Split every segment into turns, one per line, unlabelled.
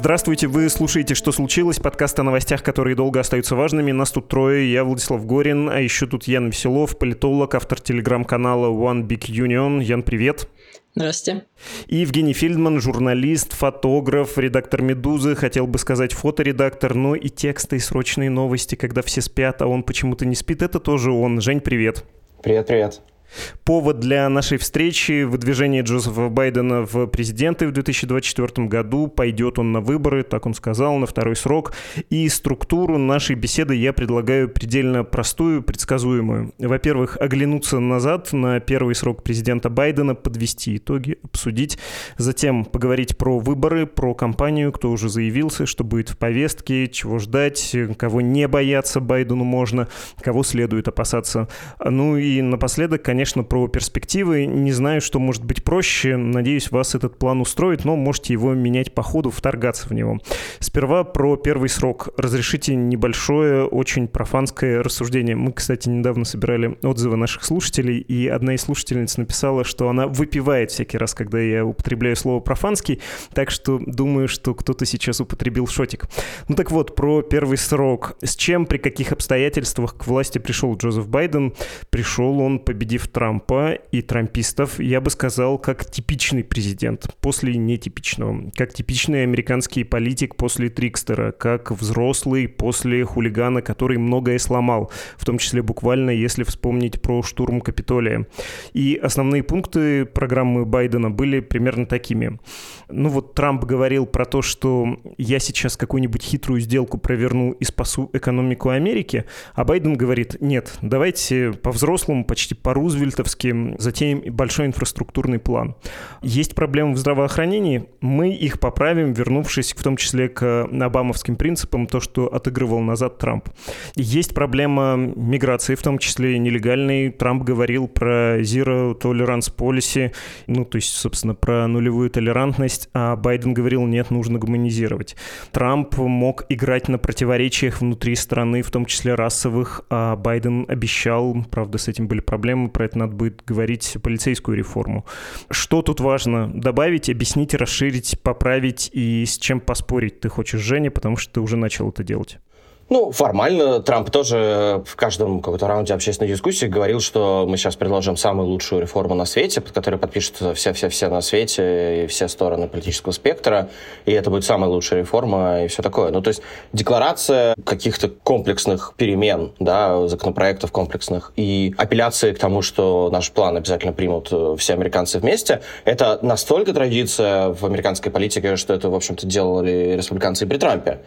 Здравствуйте, вы слушаете «Что случилось?» Подкаст о новостях, которые долго остаются важными. Нас тут трое, я Владислав Горин, а еще тут Ян Веселов, политолог, автор телеграм-канала One Big Union. Ян, привет.
Здравствуйте.
И Евгений Фельдман, журналист, фотограф, редактор «Медузы», хотел бы сказать фоторедактор, но и тексты, и срочные новости, когда все спят, а он почему-то не спит, это тоже он. Жень, привет.
Привет.
Повод для нашей встречи — выдвижение Джозефа Байдена в президенты в 2024 году. Пойдет он на выборы, так он сказал, на второй срок. И структуру нашей беседы я предлагаю предельно простую, предсказуемую. Во-первых, оглянуться назад на первый срок президента Байдена, подвести итоги, обсудить. Затем поговорить про выборы, про кампанию, кто уже заявился, что будет в повестке, чего ждать, кого не бояться Байдену можно, кого следует опасаться. Ну и напоследок, конечно, про перспективы. Не знаю, что может быть проще. Надеюсь, вас этот план устроит, но можете его менять по ходу, вторгаться в него. Сперва про первый срок. Разрешите небольшое, очень профанское рассуждение. Мы, кстати, недавно собирали отзывы наших слушателей, и одна из слушательниц написала, что она выпивает всякий раз, когда я употребляю слово «профанский», так что думаю, что кто-то сейчас употребил шотик. Ну так вот, про первый срок. С чем, при каких обстоятельствах к власти пришел Джозеф Байден? Пришел он, победив Трампа и трампистов, я бы сказал, как типичный президент после нетипичного, как типичный американский политик после трикстера, как взрослый после хулигана, который многое сломал, в том числе буквально, если вспомнить про штурм Капитолия. И основные пункты программы Байдена были примерно такими. Ну вот Трамп говорил про то, что я сейчас какую-нибудь хитрую сделку проверну и спасу экономику Америки, а Байден говорит: нет, давайте по-взрослому, почти по-рузвельтовски затеем большой инфраструктурный план. Есть проблемы в здравоохранении, мы их поправим, вернувшись в том числе к обамовским принципам, то, что отыгрывал назад Трамп. Есть проблема миграции, в том числе нелегальной. Трамп говорил про Zero Tolerance Policy, то есть, собственно, про нулевую толерантность, а Байден говорил: нет, нужно гуманизировать. Трамп мог играть на противоречиях внутри страны, в том числе расовых, а Байден обещал, правда, с этим были проблемы, про это надо будет говорить, полицейскую реформу. Что тут важно? Добавить, объяснить, расширить, поправить и с чем поспорить ты хочешь, Женя, потому что ты уже начал это делать.
Формально Трамп тоже в каждом каком-то раунде общественной дискуссии говорил, что мы сейчас предложим самую лучшую реформу на свете, под которой подпишутся все на свете и все стороны политического спектра, и это будет самая лучшая реформа и все такое. То есть декларация каких-то комплексных перемен, законопроектов комплексных и апелляции к тому, что наш план обязательно примут все американцы вместе, это настолько традиция в американской политике, что это, в общем-то, делали республиканцы и при Трампе.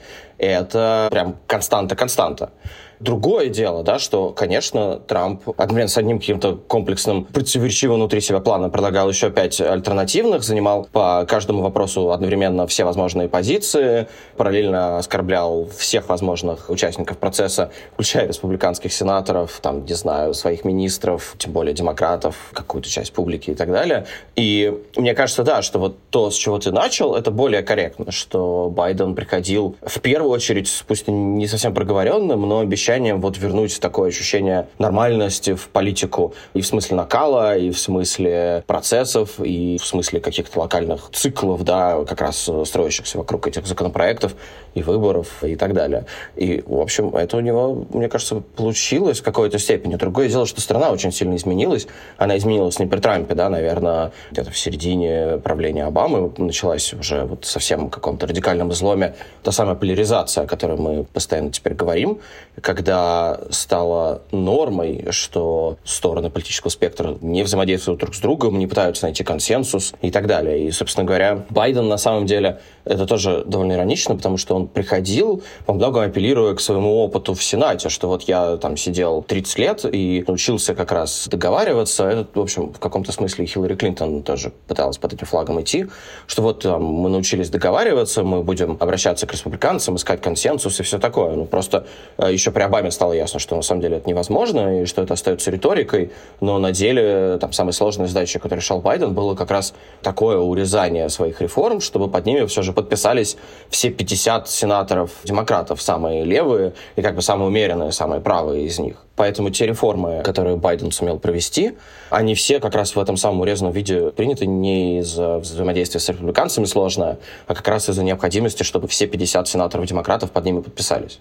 Это прям константа. Другое дело, что, конечно, Трамп одновременно с одним каким-то комплексным, противоречивым внутри себя планом предлагал еще 5 альтернативных, занимал по каждому вопросу одновременно все возможные позиции, параллельно оскорблял всех возможных участников процесса, включая республиканских сенаторов, своих министров, тем более демократов, какую-то часть публики и так далее. И мне кажется, что вот то, с чего ты начал, это более корректно, что Байден приходил в первую очередь, пусть не совсем проговоренным, но обещанием вернуть такое ощущение нормальности в политику и в смысле накала, и в смысле процессов, и в смысле каких-то локальных циклов, как раз строящихся вокруг этих законопроектов и выборов и так далее. И, в общем, это у него, мне кажется, получилось в какой-то степени. Другое дело, что страна очень сильно изменилась. Она изменилась не при Трампе, наверное, где-то в середине правления Обамы началась уже совсем в каком-то радикальном изломе та самая поляризация, о которой мы постоянно теперь говорим, когда стало нормой, что стороны политического спектра не взаимодействуют друг с другом, не пытаются найти консенсус и так далее. И, собственно говоря, Байден на самом деле, это тоже довольно иронично, потому что он приходил, во многом апеллируя к своему опыту в Сенате, что я сидел 30 лет и научился как раз договариваться. Это, в общем, в каком-то смысле Хиллари Клинтон тоже пыталась под этим флагом идти, что мы научились договариваться, мы будем обращаться к республиканцам, искать консенсус и все такое. Просто еще при Обаме стало ясно, что на самом деле это невозможно, и что это остается риторикой, но на деле там самая сложная задача, которую решал Байден, было как раз такое урезание своих реформ, чтобы под ними все же подписались все 50 сенаторов-демократов, самые левые и как бы самые умеренные, самые правые из них. Поэтому те реформы, которые Байден сумел провести, они все как раз в этом самом урезанном виде приняты не из-за взаимодействия с республиканцами сложно, а как раз из-за необходимости, чтобы все 50 сенаторов-демократов под ними подписались.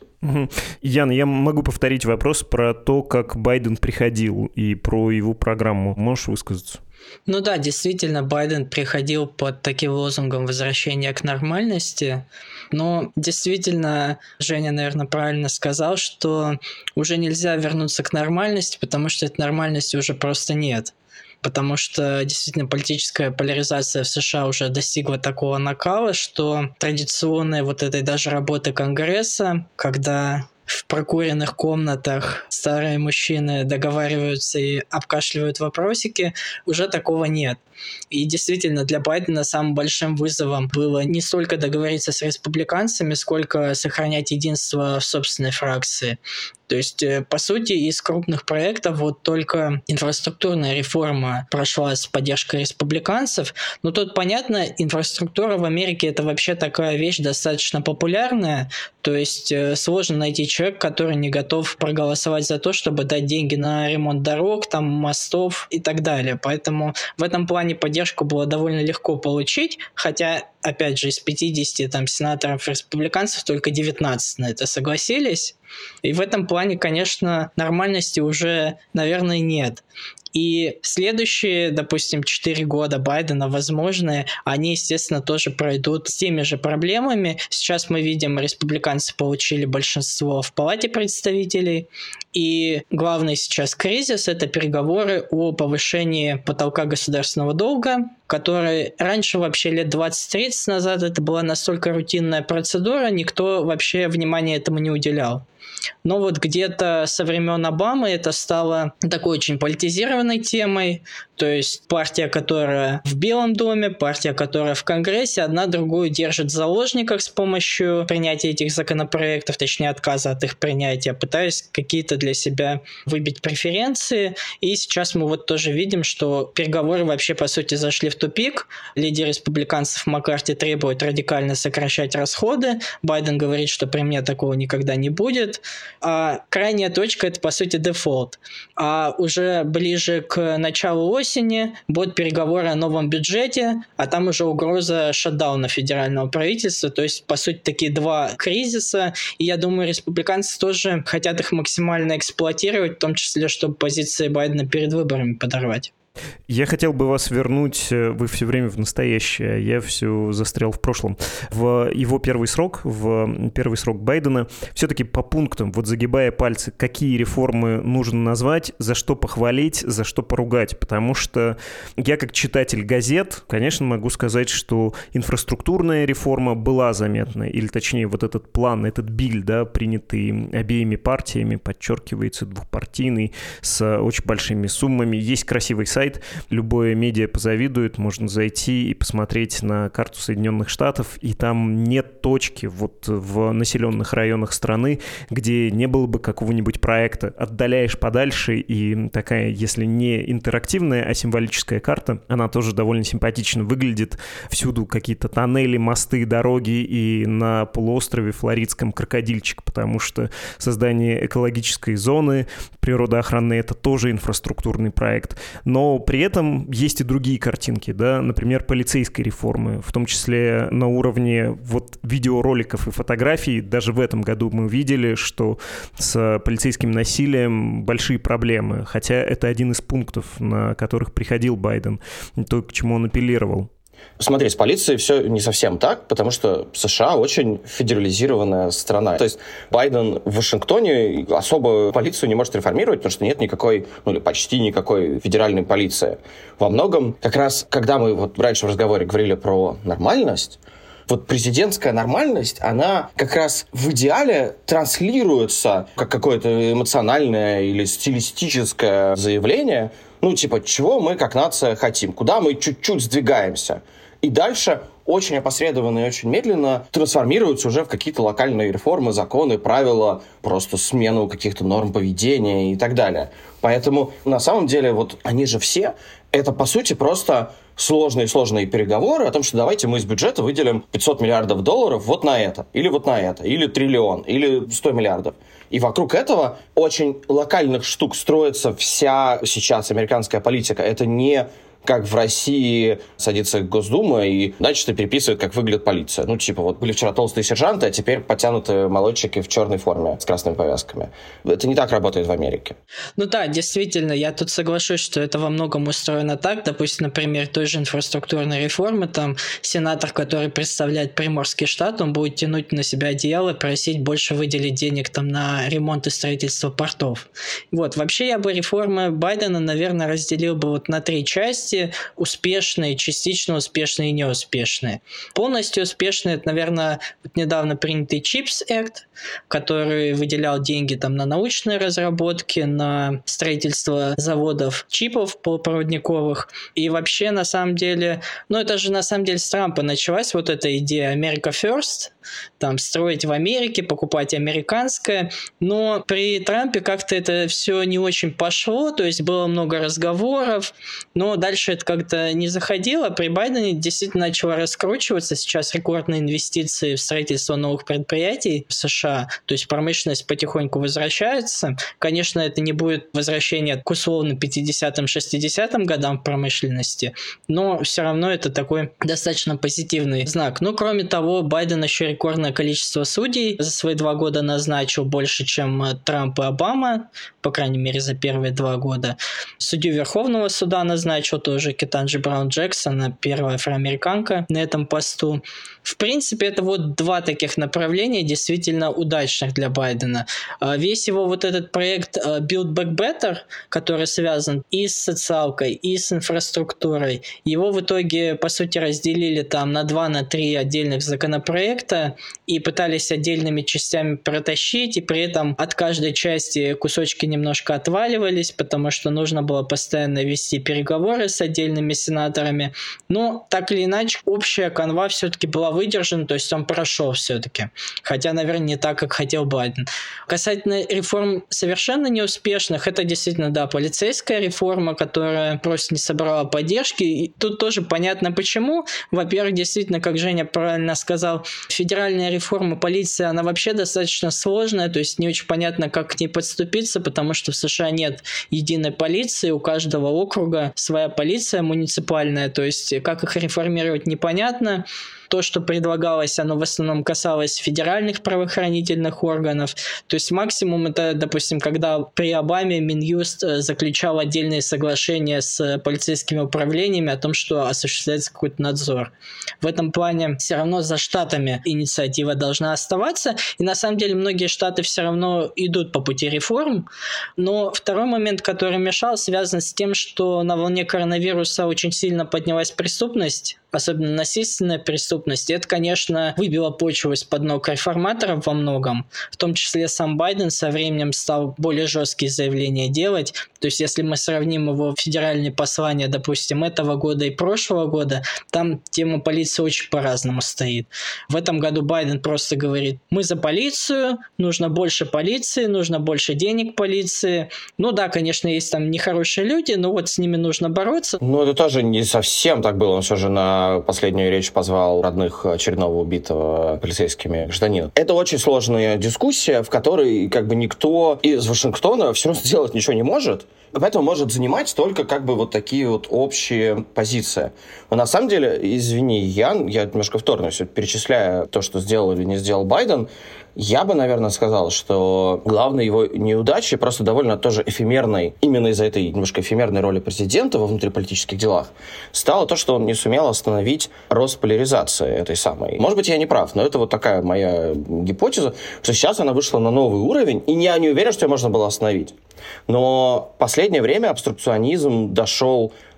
Ян, я могу повторить вопрос про то, как Байден приходил, и про его программу. Можешь высказаться?
Ну да, действительно, Байден приходил под таким лозунгом возвращения к нормальности, но действительно, Женя, наверное, правильно сказал, что уже нельзя вернуться к нормальности, потому что этой нормальности уже просто нет. Потому что действительно политическая поляризация в США уже достигла такого накала, что традиционная вот этой даже работы Конгресса, когда в прокуренных комнатах старые мужчины договариваются и обкашливают вопросики, уже такого нет. И действительно, для Байдена самым большим вызовом было не столько договориться с республиканцами, сколько сохранять единство в собственной фракции. То есть, по сути, из крупных проектов вот только инфраструктурная реформа прошла с поддержкой республиканцев. Но тут, понятно, инфраструктура в Америке – это вообще такая вещь достаточно популярная. То есть, сложно найти человека, который не готов проголосовать за то, чтобы дать деньги на ремонт дорог, там, мостов и так далее. Поэтому в этом плане поддержку было довольно легко получить, хотя, опять же, из 50 там, сенаторов-республиканцев только 19 на это согласились. И в этом плане, конечно, нормальности уже, наверное, нет. И следующие, допустим, 4 года Байдена, возможные, они, естественно, тоже пройдут с теми же проблемами. Сейчас мы видим, республиканцы получили большинство в Палате представителей. И главный сейчас кризис – это переговоры о повышении потолка государственного долга, который раньше, вообще лет 20-30 назад, это была настолько рутинная процедура, никто вообще внимания этому не уделял. Но вот где-то со времен Обамы это стало такой очень политизированной темой. То есть партия, которая в Белом доме, партия, которая в Конгрессе, одна другую держит в заложниках с помощью принятия этих законопроектов, точнее отказа от их принятия, пытаясь какие-то для себя выбить преференции. И сейчас мы вот тоже видим, что переговоры вообще по сути зашли в тупик. Лидер республиканцев Маккарти требует радикально сокращать расходы. Байден говорит, что при мне такого никогда не будет. А крайняя точка – это, по сути, дефолт. А уже ближе к началу осени будут переговоры о новом бюджете, а там уже угроза шатдауна федерального правительства. То есть, по сути, такие два кризиса. И я думаю, республиканцы тоже хотят их максимально эксплуатировать, в том числе, чтобы позиции Байдена перед выборами подорвать.
Я хотел бы вас вернуть, вы все время в настоящее, а я все застрял в прошлом. В его первый срок Байдена, все-таки по пунктам, вот загибая пальцы, какие реформы нужно назвать, за что похвалить, за что поругать, потому что я как читатель газет, конечно, могу сказать, что инфраструктурная реформа была заметна, или точнее вот этот план, этот биль, да, принятый обеими партиями, подчеркивается, двухпартийный, с очень большими суммами, есть красивый сайт, любое медиа позавидует, можно зайти и посмотреть на карту Соединенных Штатов, и там нет точки вот в населенных районах страны, где не было бы какого-нибудь проекта. Отдаляешь подальше, и такая, если не интерактивная, а символическая карта, она тоже довольно симпатично выглядит. Всюду какие-то тоннели, мосты, дороги, и на полуострове флоридском крокодильчик, потому что создание экологической зоны природоохранной — это тоже инфраструктурный проект. Но при этом есть и другие картинки, да, например, полицейской реформы, в том числе на уровне вот видеороликов и фотографий. Даже в этом году мы видели, что с полицейским насилием большие проблемы, хотя это один из пунктов, на которых приходил Байден, то, к чему он апеллировал.
Смотри, с полицией все не совсем так, потому что США очень федерализированная страна. То есть Байден в Вашингтоне особо полицию не может реформировать, потому что нет никакой, ну или почти никакой федеральной полиции. Во многом, как раз, когда мы вот раньше в разговоре говорили про нормальность, вот президентская нормальность, она как раз в идеале транслируется как какое-то эмоциональное или стилистическое заявление, ну, типа, чего мы как нация хотим, куда мы чуть-чуть сдвигаемся. И дальше очень опосредованно и очень медленно трансформируются уже в какие-то локальные реформы, законы, правила, просто смену каких-то норм поведения и так далее. Поэтому на самом деле вот они же все, это по сути просто сложные переговоры о том, что давайте мы из бюджета выделим $500 миллиардов вот на это, или триллион, или 100 миллиардов. И вокруг этого очень локальных штук строится вся сейчас американская политика. Это не как в России садится Госдума и, значит, переписывает, как выглядит полиция. Ну, типа, вот были вчера толстые сержанты, а теперь подтянутые молодчики в черной форме с красными повязками. Это не так работает в Америке.
Ну да, действительно, я тут соглашусь, что это во многом устроено так. Допустим, например, той же инфраструктурной реформы, там сенатор, который представляет Приморский штат, он будет тянуть на себя одеяло и просить больше выделить денег там на ремонт и строительство портов. Вот, вообще я бы реформы Байдена, наверное, разделил бы вот на 3 части. Успешные, частично успешные и неуспешные. Полностью успешные, это, наверное, вот недавно принятый CHIPS Act, который выделял деньги там на научные разработки, на строительство заводов чипов полупроводниковых. И вообще, на самом деле, это же на самом деле с Трампа началась вот эта идея America First, там строить в Америке, покупать американское. Но при Трампе как-то это все не очень пошло, то есть было много разговоров, но дальше это как-то не заходило. При Байдене действительно начало раскручиваться. Сейчас рекордные инвестиции в строительство новых предприятий в США, то есть промышленность потихоньку возвращается. Конечно, это не будет возвращение к условно 50-м, 60-м годам в промышленности, но все равно это такой достаточно позитивный знак. Ну, кроме того, Байден еще рекордное количество судей за свои 2 года назначил, больше, чем Трамп и Обама, по крайней мере, за первые 2 года. Судью Верховного суда назначил тоже Кетанджи Браун-Джексон, первая афроамериканка на этом посту. В принципе, это вот 2 таких направления действительно удачных для Байдена. Весь его вот этот проект Build Back Better, который связан и с социалкой, и с инфраструктурой, его в итоге, по сути, разделили там на 2-3 отдельных законопроекта и пытались отдельными частями протащить, и при этом от каждой части кусочки немножко отваливались, потому что нужно было постоянно вести переговоры с отдельными сенаторами. Но так или иначе, общая канва все-таки была выдержана, то есть он прошел все-таки. Хотя, наверное, не так, как хотел Байден. Касательно реформ совершенно неуспешных, это действительно, да, полицейская реформа, которая просто не собрала поддержки. И тут тоже понятно почему. Во-первых, действительно, как Женя правильно сказал, федеральная реформа полиции, она вообще достаточно сложная, то есть не очень понятно, как к ней подступиться, потому что в США нет единой полиции, у каждого округа своя полиция муниципальная, то есть как их реформировать непонятно. То, что предлагалось, оно в основном касалось федеральных правоохранительных органов. То есть максимум это, допустим, когда при Обаме Минюст заключал отдельные соглашения с полицейскими управлениями о том, что осуществляется какой-то надзор. В этом плане все равно за штатами инициатива должна оставаться. И на самом деле многие штаты все равно идут по пути реформ. Но второй момент, который мешал, связан с тем, что на волне коронавируса очень сильно поднялась преступность, особенно насильственная преступность. Это, конечно, выбило почву из-под ног реформаторов во многом. В том числе сам Байден со временем стал более жесткие заявления делать. То есть, если мы сравним его федеральные послания, допустим, этого года и прошлого года, там тема полиции очень по-разному стоит. В этом году Байден просто говорит: мы за полицию, нужно больше полиции, нужно больше денег полиции. Ну да, конечно, есть там нехорошие люди, но вот с ними нужно бороться.
Ну, это тоже не совсем так было. Он все же на последнюю речь позвал родных очередного убитого полицейскими гражданина. Это очень сложная дискуссия, в которой как бы никто из Вашингтона все равно сделать ничего не может. Поэтому может занимать только как бы вот такие вот общие позиции. Но на самом деле, извини, я немножко вторгнусь, перечисляя то, что сделал или не сделал Байден, я бы, наверное, сказал, что главной его неудачей, просто довольно тоже эфемерной, именно из-за этой немножко эфемерной роли президента во внутриполитических делах, стало то, что он не сумел остановить рост поляризации этой самой. Может быть, я не прав, но это вот такая моя гипотеза, что сейчас она вышла на новый уровень, и я не уверен, что ее можно было остановить. Но в последнее время обструкционизм дошел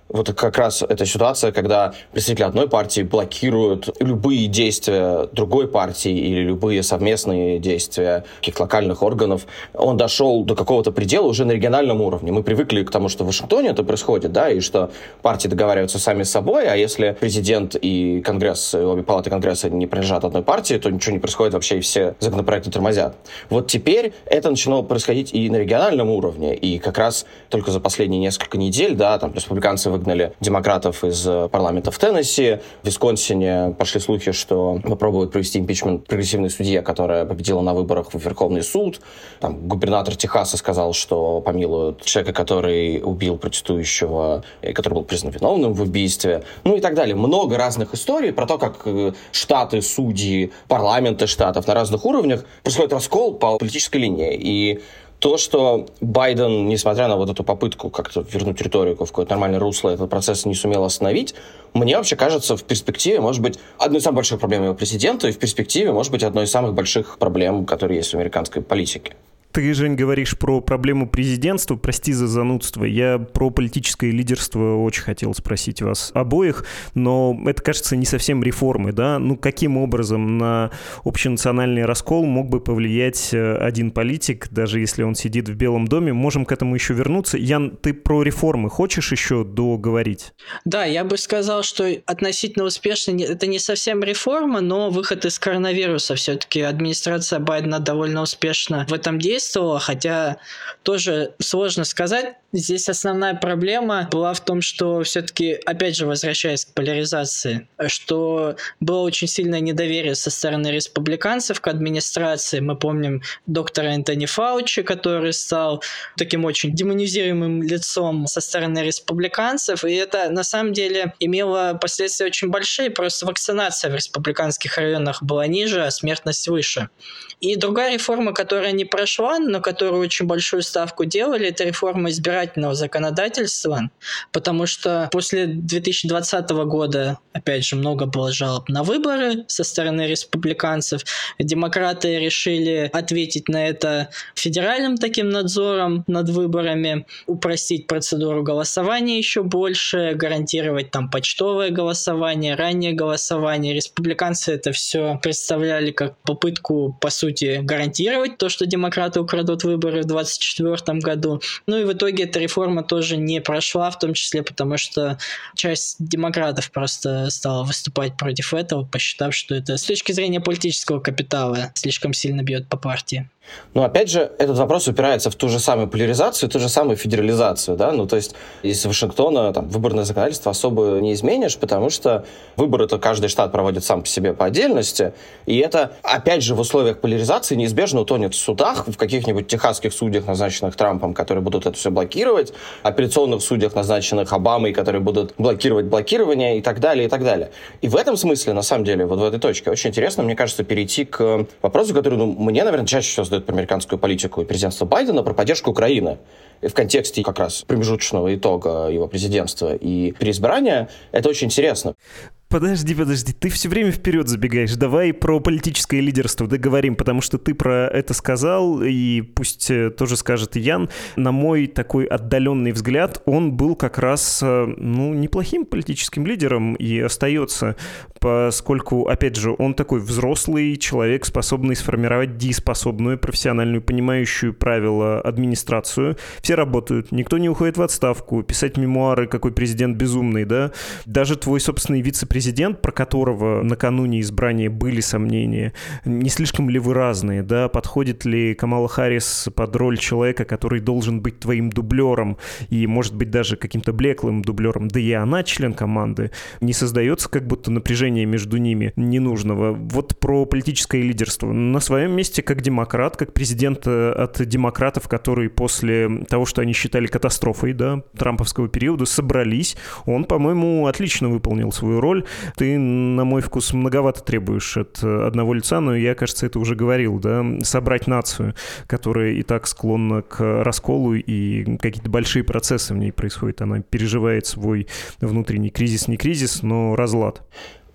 Вот как раз эта ситуация, когда представители одной партии блокируют любые действия другой партии или любые совместные действия каких-то локальных органов. Он дошел до какого-то предела уже на региональном уровне. Мы привыкли к тому, что в Вашингтоне это происходит, да, и что партии договариваются сами с собой, а если президент и Конгресс, обе палаты Конгресса не принадлежат одной партии, то ничего не происходит вообще, и все законопроекты тормозят. Вот теперь это начало происходить и на региональном уровне, и как раз только за последние несколько недель, да, там республиканцы выгнали демократов из парламента в Теннесси, в Висконсине пошли слухи, что попробуют провести импичмент прогрессивной судье, которая победила на выборах в Верховный суд. Там губернатор Техаса сказал, что помилуют человека, который убил протестующего, и который был признан виновным в убийстве, ну и так далее. Много разных историй про то, как штаты, судьи, парламенты штатов на разных уровнях происходит раскол по политической линии. И то, что Байден, несмотря на вот эту попытку как-то вернуть риторику в какое-то нормальное русло, этот процесс не сумел остановить, мне вообще кажется, в перспективе может быть одной из самых больших проблем его президента, и в перспективе может быть одной из самых больших проблем, которые есть в американской политике.
Ты, Жень, говоришь про проблему президентства, прости за занудство. Я про политическое лидерство очень хотел спросить вас обоих, но это, кажется, не совсем реформы, да? Ну, каким образом на общенациональный раскол мог бы повлиять один политик, даже если он сидит в Белом доме? Можем к этому еще вернуться. Ян, ты про реформы хочешь еще договорить?
Да, я бы сказал, что относительно успешно это не совсем реформа, но выход из коронавируса. Все-таки администрация Байдена довольно успешно в этом действии, хотя тоже сложно сказать. Здесь основная проблема была в том, что все-таки, опять же, возвращаясь к поляризации, что было очень сильное недоверие со стороны республиканцев к администрации. Мы помним доктора Энтони Фаучи, который стал таким очень демонизируемым лицом со стороны республиканцев, и это на самом деле имело последствия очень большие. Просто вакцинация в республиканских районах была ниже, а смертность выше. И другая реформа, которая не прошла, но которую очень большую ставку делали, это реформа избирательного законодательства, потому что после 2020 года, опять же, много было жалоб на выборы со стороны республиканцев. Демократы решили ответить на это федеральным таким надзором над выборами, упростить процедуру голосования еще больше, гарантировать там почтовое голосование, раннее голосование. Республиканцы это все представляли как попытку, по сути, гарантировать то, что демократы украдут выборы в 2024 году. Ну и в итоге эта реформа тоже не прошла, в том числе потому, что часть демократов просто стала выступать против этого, посчитав, что это с точки зрения политического капитала слишком сильно бьет по партии.
Но опять же, этот вопрос упирается в ту же самую поляризацию, ту же самую федерализацию, да, ну то есть из Вашингтона там выборное законодательство особо не изменишь, потому что выборы-то каждый штат проводит сам по себе по отдельности, и это, опять же, в условиях поляризации неизбежно утонет в судах, в каких-нибудь техасских судьях, назначенных Трампом, которые будут это все блокировать, апелляционных судьях, назначенных Обамой, которые будут блокировать блокирование и так далее, и так далее. И в этом смысле, на самом деле, вот в этой точке очень интересно, мне кажется, перейти к вопросу, который, мне, наверное, чаще всего задают про американскую политику и президентство Байдена, про поддержку Украины. И в контексте как раз промежуточного итога его президентства и переизбрания это очень интересно.
Подожди, ты все время вперед забегаешь. Давай про политическое лидерство договорим, потому что ты про это сказал, и пусть тоже скажет Ян. На мой такой отдаленный взгляд, он был как раз, неплохим политическим лидером и остается, поскольку, опять же, он такой взрослый человек, способный сформировать дееспособную, профессиональную, понимающую правила администрацию. Все работают, никто не уходит в отставку, писать мемуары, какой президент безумный, да? Даже твой собственный вице-президент, про которого накануне избрания были сомнения, не слишком ли вы разные, да, подходит ли Камала Харрис под роль человека, который должен быть твоим дублером и, может быть, даже каким-то блеклым дублером, да и она член команды, не создается как будто напряжение между ними ненужного. Вот про политическое лидерство. На своем месте как демократ, как президент от демократов, которые после того, что они считали катастрофой, да, трамповского периода, собрались, он, по-моему, отлично выполнил свою роль. Ты, на мой вкус, многовато требуешь от одного лица, но я, кажется, это уже говорил, да, собрать нацию, которая и так склонна к расколу, и какие-то большие процессы в ней происходят. Она переживает свой внутренний кризис, не кризис, но разлад.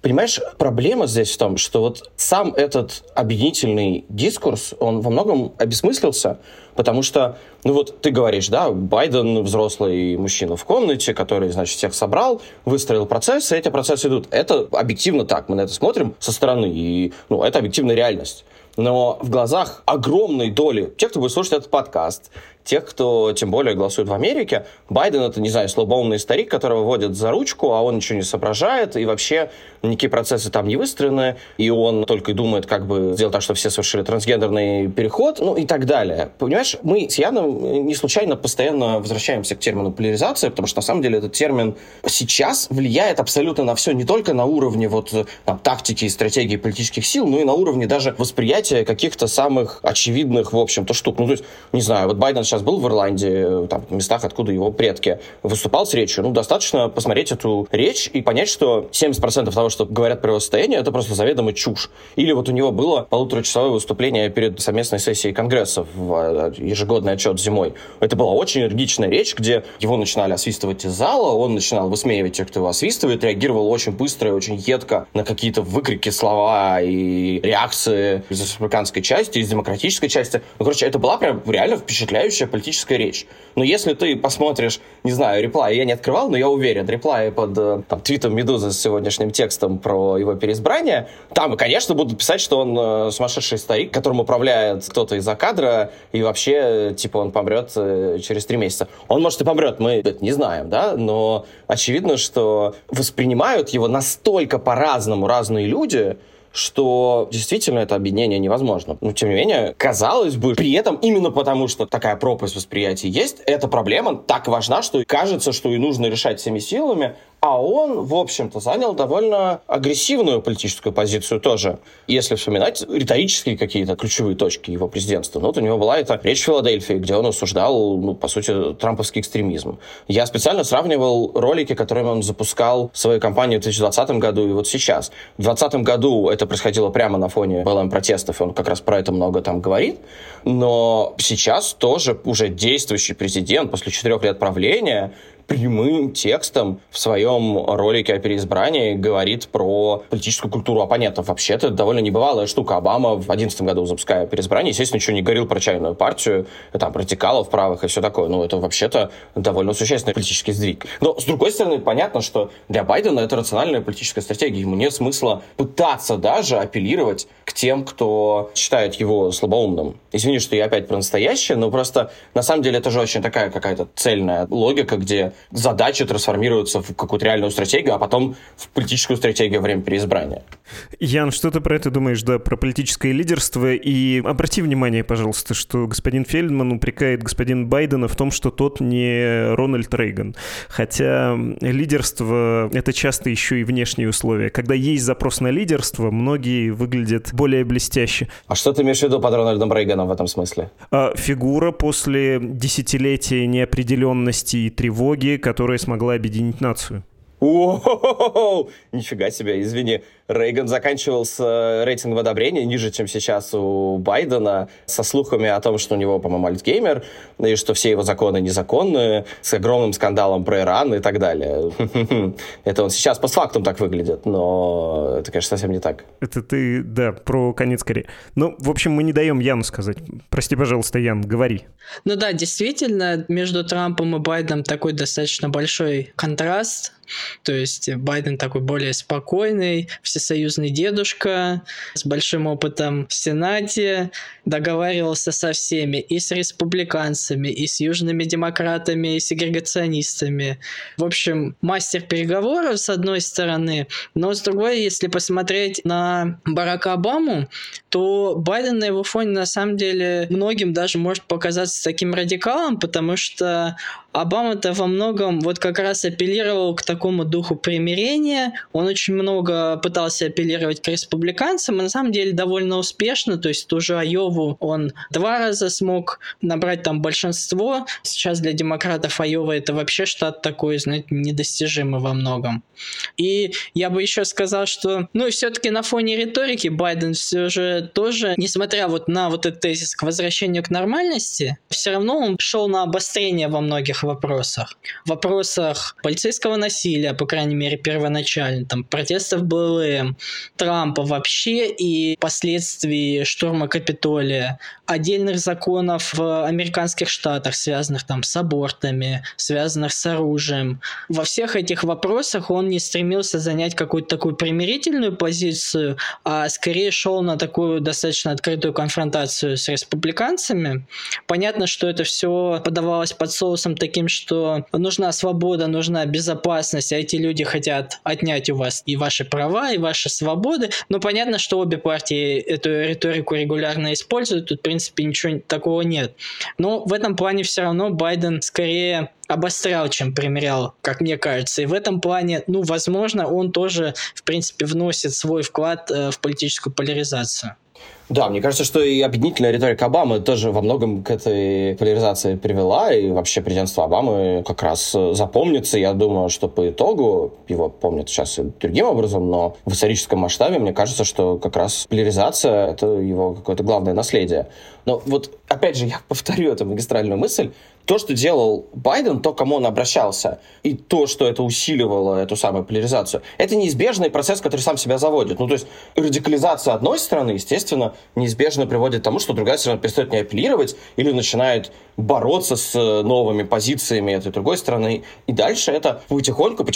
Понимаешь, проблема здесь в том, что вот сам этот объединительный дискурс, он во многом обесмыслился, потому что, ты говоришь, да, Байден взрослый мужчина в комнате, который, значит, всех собрал, выстроил процессы, эти процессы идут. Это объективно так, мы на это смотрим со стороны, и, это объективная реальность. Но в глазах огромной доли тех, кто будет слушать этот подкаст, тех, кто, тем более, голосует в Америке, Байден — это, не знаю, слабоумный старик, которого водят за ручку, а он ничего не соображает, и вообще никакие процессы там не выстроены, и он только и думает, как бы сделать так, чтобы все совершили трансгендерный переход, и так далее. Понимаешь, мы с Яном не случайно постоянно возвращаемся к термину поляризация, потому что, на самом деле, этот термин сейчас влияет абсолютно на все, не только на уровне тактики и стратегии политических сил, но и на уровне даже восприятия каких-то самых очевидных, в общем-то, штук. То есть, не знаю, Байден сейчас был в Ирландии, там, в местах, откуда его предки, выступал с речью. Достаточно посмотреть эту речь и понять, что 70% того, что говорят про его состояние, это просто заведомо чушь. Или у него было 1,5-часовое выступление перед совместной сессией Конгресса в ежегодный отчет зимой. Это была очень энергичная речь, где его начинали освистывать из зала, он начинал высмеивать тех, кто его освистывает, реагировал очень быстро и очень едко на какие-то выкрики, слова и реакции из республиканской части, из демократической части. Это была прям реально впечатляющая политическая речь. Но если ты посмотришь, не знаю, реплай, я не открывал, но я уверен, реплай под твитом Медузы с сегодняшним текстом про его переизбрание, там, конечно, будут писать, что он сумасшедший старик, которым управляет кто-то из-за кадра, и вообще, он помрет через 3 месяца. Он, может, и помрет, мы это не знаем, да, но очевидно, что воспринимают его настолько по-разному разные люди, что действительно это объединение невозможно. Но, тем не менее, казалось бы, при этом именно потому, что такая пропасть восприятия есть, эта проблема так важна, что кажется, что и нужно решать всеми силами, а он, в общем-то, занял довольно агрессивную политическую позицию тоже. Если вспоминать риторические какие-то ключевые точки его президентства, у него была эта речь в Филадельфии, где он осуждал, по сути, трамповский экстремизм. Я специально сравнивал ролики, которыми он запускал свою кампанию в 2020 году и сейчас. В 2020 году это происходило прямо на фоне БЛМ-протестов, и он как раз про это много там говорит. Но сейчас тоже уже действующий президент после 4 лет правления прямым текстом в своем ролике о переизбрании говорит про политическую культуру оппонентов. Вообще-то это довольно небывалая штука. Обама в 2011 году, запуская переизбрание, естественно, ничего не говорил про чайную партию, там, про радикалов правых и все такое. Это вообще-то довольно существенный политический сдвиг. Но, с другой стороны, понятно, что для Байдена это рациональная политическая стратегия. Ему нет смысла пытаться даже апеллировать к тем, кто считает его слабоумным. Извини, что я опять про настоящее, но просто на самом деле это же очень такая какая-то цельная логика, где задачи трансформируются в какую-то реальную стратегию, а потом в политическую стратегию во время переизбрания.
Ян, что ты про это думаешь, про политическое лидерство? И обрати внимание, пожалуйста, что господин Фельдман упрекает господина Байдена в том, что тот не Рональд Рейган. Хотя лидерство — это часто еще и внешние условия. Когда есть запрос на лидерство, многие выглядят более блестяще.
А что ты имеешь в виду под Рональдом Рейганом в этом смысле?
Фигура после десятилетия неопределенности и тревоги, которая смогла объединить нацию.
О-о-о-о-о! Нифига себе, извини. Рейган заканчивал с рейтингом одобрения ниже, чем сейчас у Байдена, со слухами о том, что у него, по-моему, Альцгеймер, и что все его законы незаконные, с огромным скандалом про Иран и так далее. Это он сейчас постфактум так выглядит, но это, конечно, совсем не так.
Это ты, про конец скорее. В общем, мы не даем Яну сказать. Прости, пожалуйста, Ян, говори.
Действительно, между Трампом и Байденом такой достаточно большой контраст. То есть Байден такой более спокойный, всесоюзный дедушка с большим опытом в Сенате, договаривался со всеми, и с республиканцами, и с южными демократами, и сегрегационистами. В общем, мастер переговоров с одной стороны, но с другой, если посмотреть на Барака Обаму, то Байден на его фоне на самом деле многим даже может показаться таким радикалом, потому что Обама-то во многом как раз апеллировал к такому духу примирения. Он очень много пытался апеллировать к республиканцам, и на самом деле довольно успешно. То есть ту же Айову он 2 раза смог набрать там большинство. Сейчас для демократов Айова это вообще штат такой, знаете, недостижимый во многом. И я бы еще сказал, что, все-таки на фоне риторики Байден все же тоже, несмотря на этот тезис к возвращению к нормальности, все равно он шел на обострение во многих вопросах. В вопросах полицейского насилия, по крайней мере, первоначально, там, протестов БЛМ, Трампа вообще и последствий штурма Капитолия, отдельных законов в американских штатах, связанных там с абортами, связанных с оружием. Во всех этих вопросах он не стремился занять какую-то такую примирительную позицию, а скорее шел на такую достаточно открытую конфронтацию с республиканцами. Понятно, что это все подавалось под соусом таким, что нужна свобода, нужна безопасность, а эти люди хотят отнять у вас и ваши права, и ваши свободы. Но понятно, что обе партии эту риторику регулярно используют, тут, в принципе, ничего такого нет. Но в этом плане все равно Байден скорее обострял, чем примерял, как мне кажется. И в этом плане, возможно, он тоже, в принципе, вносит свой вклад в политическую поляризацию.
Да, мне кажется, что и объединительная риторика Обамы тоже во многом к этой поляризации привела, и вообще президентство Обамы как раз запомнится. Я думаю, что по итогу его помнят сейчас и другим образом, но в историческом масштабе мне кажется, что как раз поляризация — это его какое-то главное наследие. Но вот, опять же, я повторю эту магистральную мысль. То, что делал Байден, то, к кому он обращался, и то, что это усиливало эту самую поляризацию, это неизбежный процесс, который сам себя заводит. То есть радикализация одной страны, естественно, неизбежно приводит к тому, что другая страна перестает не апеллировать или начинает бороться с новыми позициями этой другой страны. И дальше это потихоньку,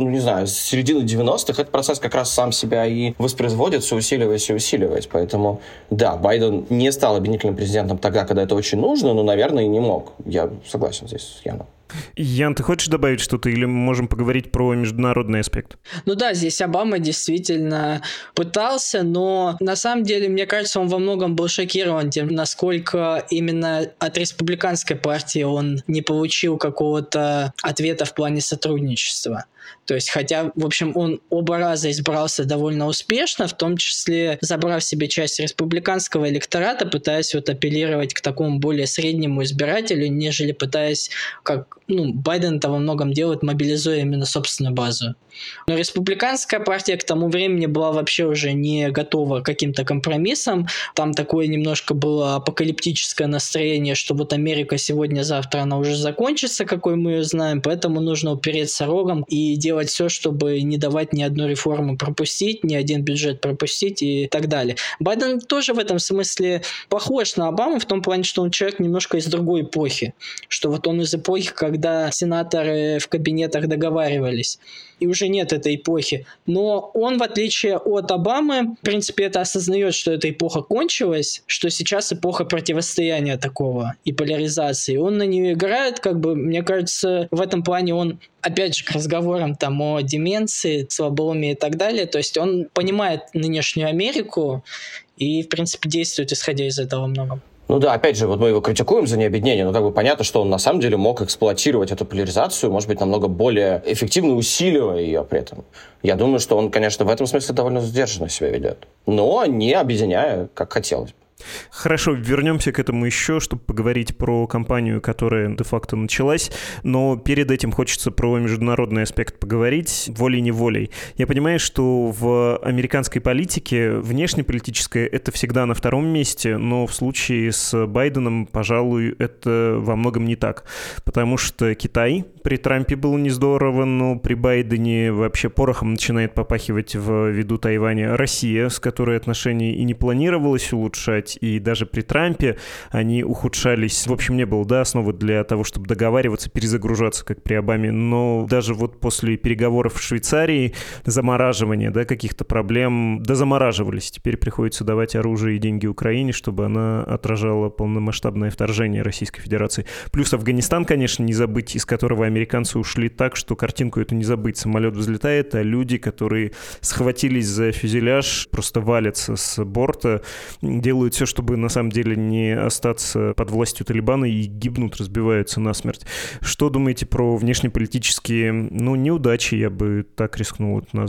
с середины 90-х этот процесс как раз сам себя и воспроизводит, все усиливаясь и усиливаясь. Поэтому, да, Байден не стал обвинительным президентом тогда, когда это очень нужно, но, наверное, и не мог. Я согласен здесь с Яном.
Ян, ты хочешь добавить что-то или мы можем поговорить про международный аспект?
Здесь Обама действительно пытался, но на самом деле, мне кажется, он во многом был шокирован тем, насколько именно от республиканской партии он не получил какого-то ответа в плане сотрудничества. То есть, хотя, в общем, он оба раза избрался довольно успешно, в том числе забрав себе часть республиканского электората, пытаясь апеллировать к такому более среднему избирателю, нежели пытаясь, как Байден это во многом делает, мобилизуя именно собственную базу. Но республиканская партия к тому времени была вообще уже не готова к каким-то компромиссам. Там такое немножко было апокалиптическое настроение, что Америка сегодня-завтра она уже закончится, какой мы ее знаем, поэтому нужно упереться рогом и делать все, чтобы не давать ни одну реформу пропустить, ни один бюджет пропустить и так далее. Байден тоже в этом смысле похож на Обаму в том плане, что он человек немножко из другой эпохи. Что он из эпохи, когда сенаторы в кабинетах договаривались. И уже нет этой эпохи. Но он, в отличие от Обамы, в принципе, это осознает, что эта эпоха кончилась, что сейчас эпоха противостояния такого и поляризации. Он на нее играет, мне кажется, в этом плане он, опять же, к разговорам о деменции, слабоумии и так далее, то есть он понимает нынешнюю Америку и, в принципе, действует, исходя из этого многом.
Опять же, мы его критикуем за необъединение, но понятно, что он на самом деле мог эксплуатировать эту поляризацию, может быть, намного более эффективно усиливая ее при этом. Я думаю, что он, конечно, в этом смысле довольно сдержанно себя ведет, но не объединяя, как хотелось бы.
Хорошо, вернемся к этому еще, чтобы поговорить про кампанию, которая де-факто началась, но перед этим хочется про международный аспект поговорить, волей-неволей. Я понимаю, что в американской политике внешнеполитическое это всегда на втором месте, но в случае с Байденом, пожалуй, это во многом не так, потому что Китай при Трампе было не здорово, но при Байдене вообще порохом начинает попахивать в виду Тайваня. Россия, с которой отношения и не планировалось улучшать, и даже при Трампе они ухудшались. В общем, не было основы для того, чтобы договариваться, перезагружаться, как при Обаме. Но даже после переговоров в Швейцарии, замораживания каких-то проблем дозамораживались. Теперь приходится давать оружие и деньги Украине, чтобы она отражала полномасштабное вторжение Российской Федерации. Плюс Афганистан, конечно, не забыть, из которого американцы ушли так, что картинку эту не забыть. Самолет взлетает, а люди, которые схватились за фюзеляж, просто валятся с борта, делают все, чтобы на самом деле не остаться под властью Талибана, и гибнут, разбиваются насмерть. Что думаете про внешнеполитические, неудачи, я бы так рискнул это назвать?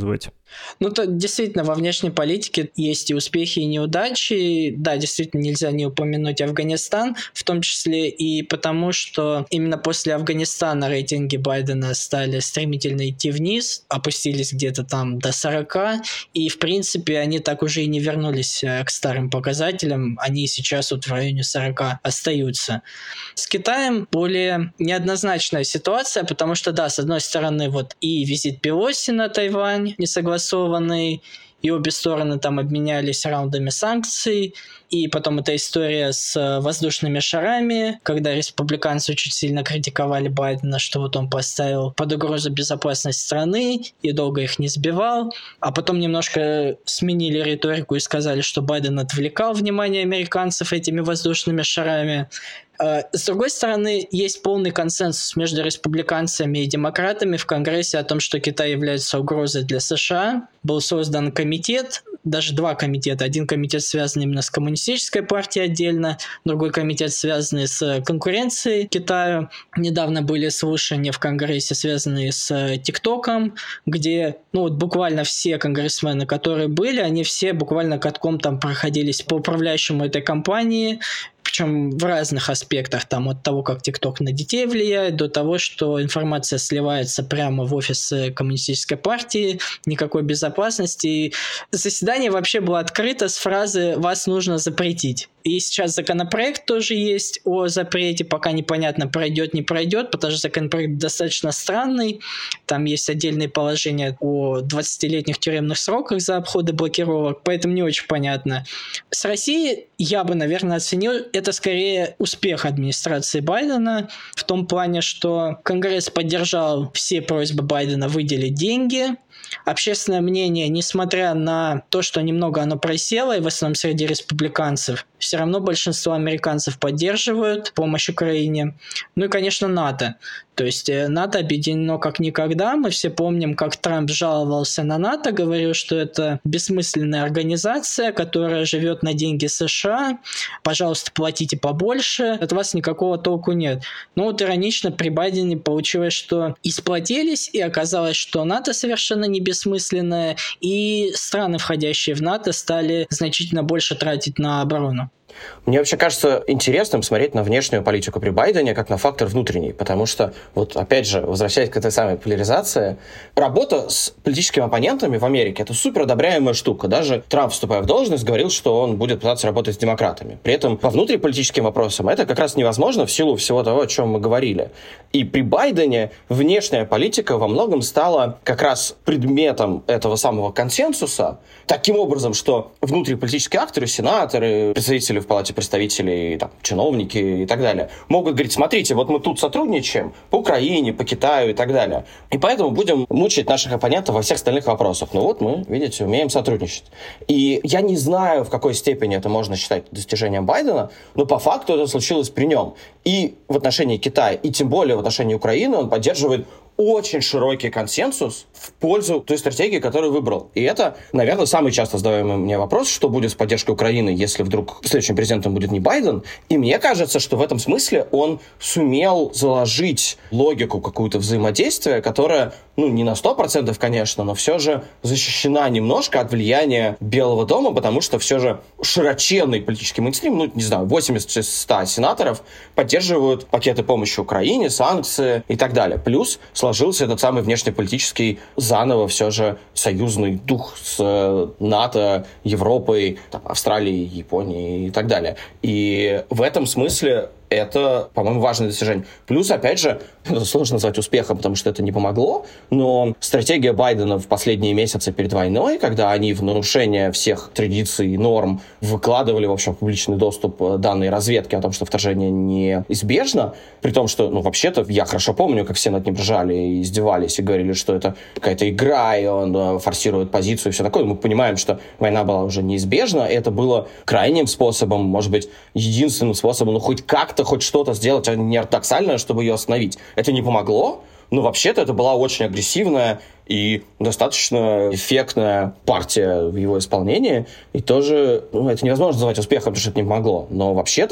Ну, то действительно, во внешней политике есть и успехи, и неудачи. Да, действительно, нельзя не упомянуть Афганистан, в том числе и потому, что именно после Афганистана рейтинги Байдена стали стремительно идти вниз, опустились где-то там до 40, и, в принципе, они так уже и не вернулись к старым показателям. Они сейчас вот в районе 40 остаются. С Китаем более неоднозначная ситуация, потому что, да, с одной стороны, вот и визит Пелоси на Тайвань несогласованный, и обе стороны там обменялись раундами санкций, и потом эта история с воздушными шарами, когда республиканцы очень сильно критиковали Байдена, что вот он поставил под угрозу безопасность страны и долго их не сбивал, а потом немножко сменили риторику и сказали, что Байден отвлекал внимание американцев этими воздушными шарами. С другой стороны, есть полный консенсус между республиканцами и демократами в Конгрессе о том, что Китай является угрозой для США. Был создан комитет, даже два комитета. Один комитет связан именно с коммунистической партией отдельно, другой комитет связанный с конкуренцией Китаю. Недавно были слушания в Конгрессе, связанные с ТикТоком, где буквально все конгрессмены, которые были, они все буквально катком там проходились по управляющему этой компании, причем в разных аспектах, там от того, как ТикТок на детей влияет, до того, что информация сливается прямо в офис коммунистической партии, никакой безопасности. И заседание вообще было открыто с фразы «вас нужно запретить». И сейчас законопроект тоже есть о запрете, пока непонятно, пройдет, не пройдет, потому что законопроект достаточно странный. Там есть отдельные положения о 20-летних тюремных сроках за обходы блокировок, поэтому не очень понятно. С Россией я бы, наверное, оценил это скорее успех администрации Байдена в том плане, что Конгресс поддержал все просьбы Байдена выделить деньги. Общественное мнение, несмотря на то, что немного оно просело, и в основном среди республиканцев, все равно большинство американцев поддерживают помощь Украине. Ну и, конечно, НАТО. То есть НАТО объединено как никогда. Мы все помним, как Трамп жаловался на НАТО, говорил, что это бессмысленная организация, которая живет на деньги США. Пожалуйста, платите побольше. От вас никакого толку нет. Но вот иронично при Байдене получилось, что и сплотились, и оказалось, что НАТО совершенно не бессмысленное, и страны, входящие в НАТО, стали значительно больше тратить на оборону.
Мне вообще кажется интересным смотреть на внешнюю политику при Байдене как на фактор внутренний, потому что, вот опять же, возвращаясь к этой самой поляризации, работа с политическими оппонентами в Америке — это супер одобряемая штука. Даже Трамп, вступая в должность, говорил, что он будет пытаться работать с демократами. При этом по внутриполитическим вопросам это как раз невозможно в силу всего того, о чем мы говорили. И при Байдене внешняя политика во многом стала как раз предметом этого самого консенсуса, таким образом, что внутриполитические акторы, сенаторы, представители в Палате представителей, там, чиновники и так далее, могут говорить: смотрите, вот мы тут сотрудничаем по Украине, по Китаю и так далее. И поэтому будем мучить наших оппонентов во всех остальных вопросах. Ну вот мы, видите, умеем сотрудничать. И я не знаю, в какой степени это можно считать достижением Байдена, но по факту это случилось при нем. И в отношении Китая, и тем более в отношении Украины он поддерживает очень широкий консенсус в пользу той стратегии, которую выбрал. И это, наверное, самый часто задаваемый мне вопрос, что будет с поддержкой Украины, если вдруг следующим президентом будет не Байден. И мне кажется, что в этом смысле он сумел заложить логику какую-то взаимодействия, которая, не на 100%, конечно, но все же защищена немножко от влияния Белого дома, потому что все же широченный политический мейнстрим, 80 из 100 сенаторов поддерживают пакеты помощи Украине, санкции и так далее. Плюс сложился этот самый внешнеполитический заново все же союзный дух с НАТО, Европой, Австралией, Японией и так далее. И в этом смысле это, по-моему, важное достижение. Плюс, опять же, это сложно назвать успехом, потому что это не помогло, но стратегия Байдена в последние месяцы перед войной, когда они в нарушение всех традиций и норм выкладывали, в общем, в публичный доступ данные разведки о том, что вторжение неизбежно, при том, что, вообще-то, я хорошо помню, как все над ним ржали и издевались, и говорили, что это какая-то игра, и он форсирует позицию и все такое. Мы понимаем, что война была уже неизбежна, и это было крайним способом, может быть, единственным способом, хоть что-то сделать, а не ортодоксальное, чтобы ее остановить. Это не помогло, но вообще-то это была очень агрессивная и достаточно эффектная партия в его исполнении. И тоже, это невозможно назвать успехом, потому что это не помогло. Но вообще-то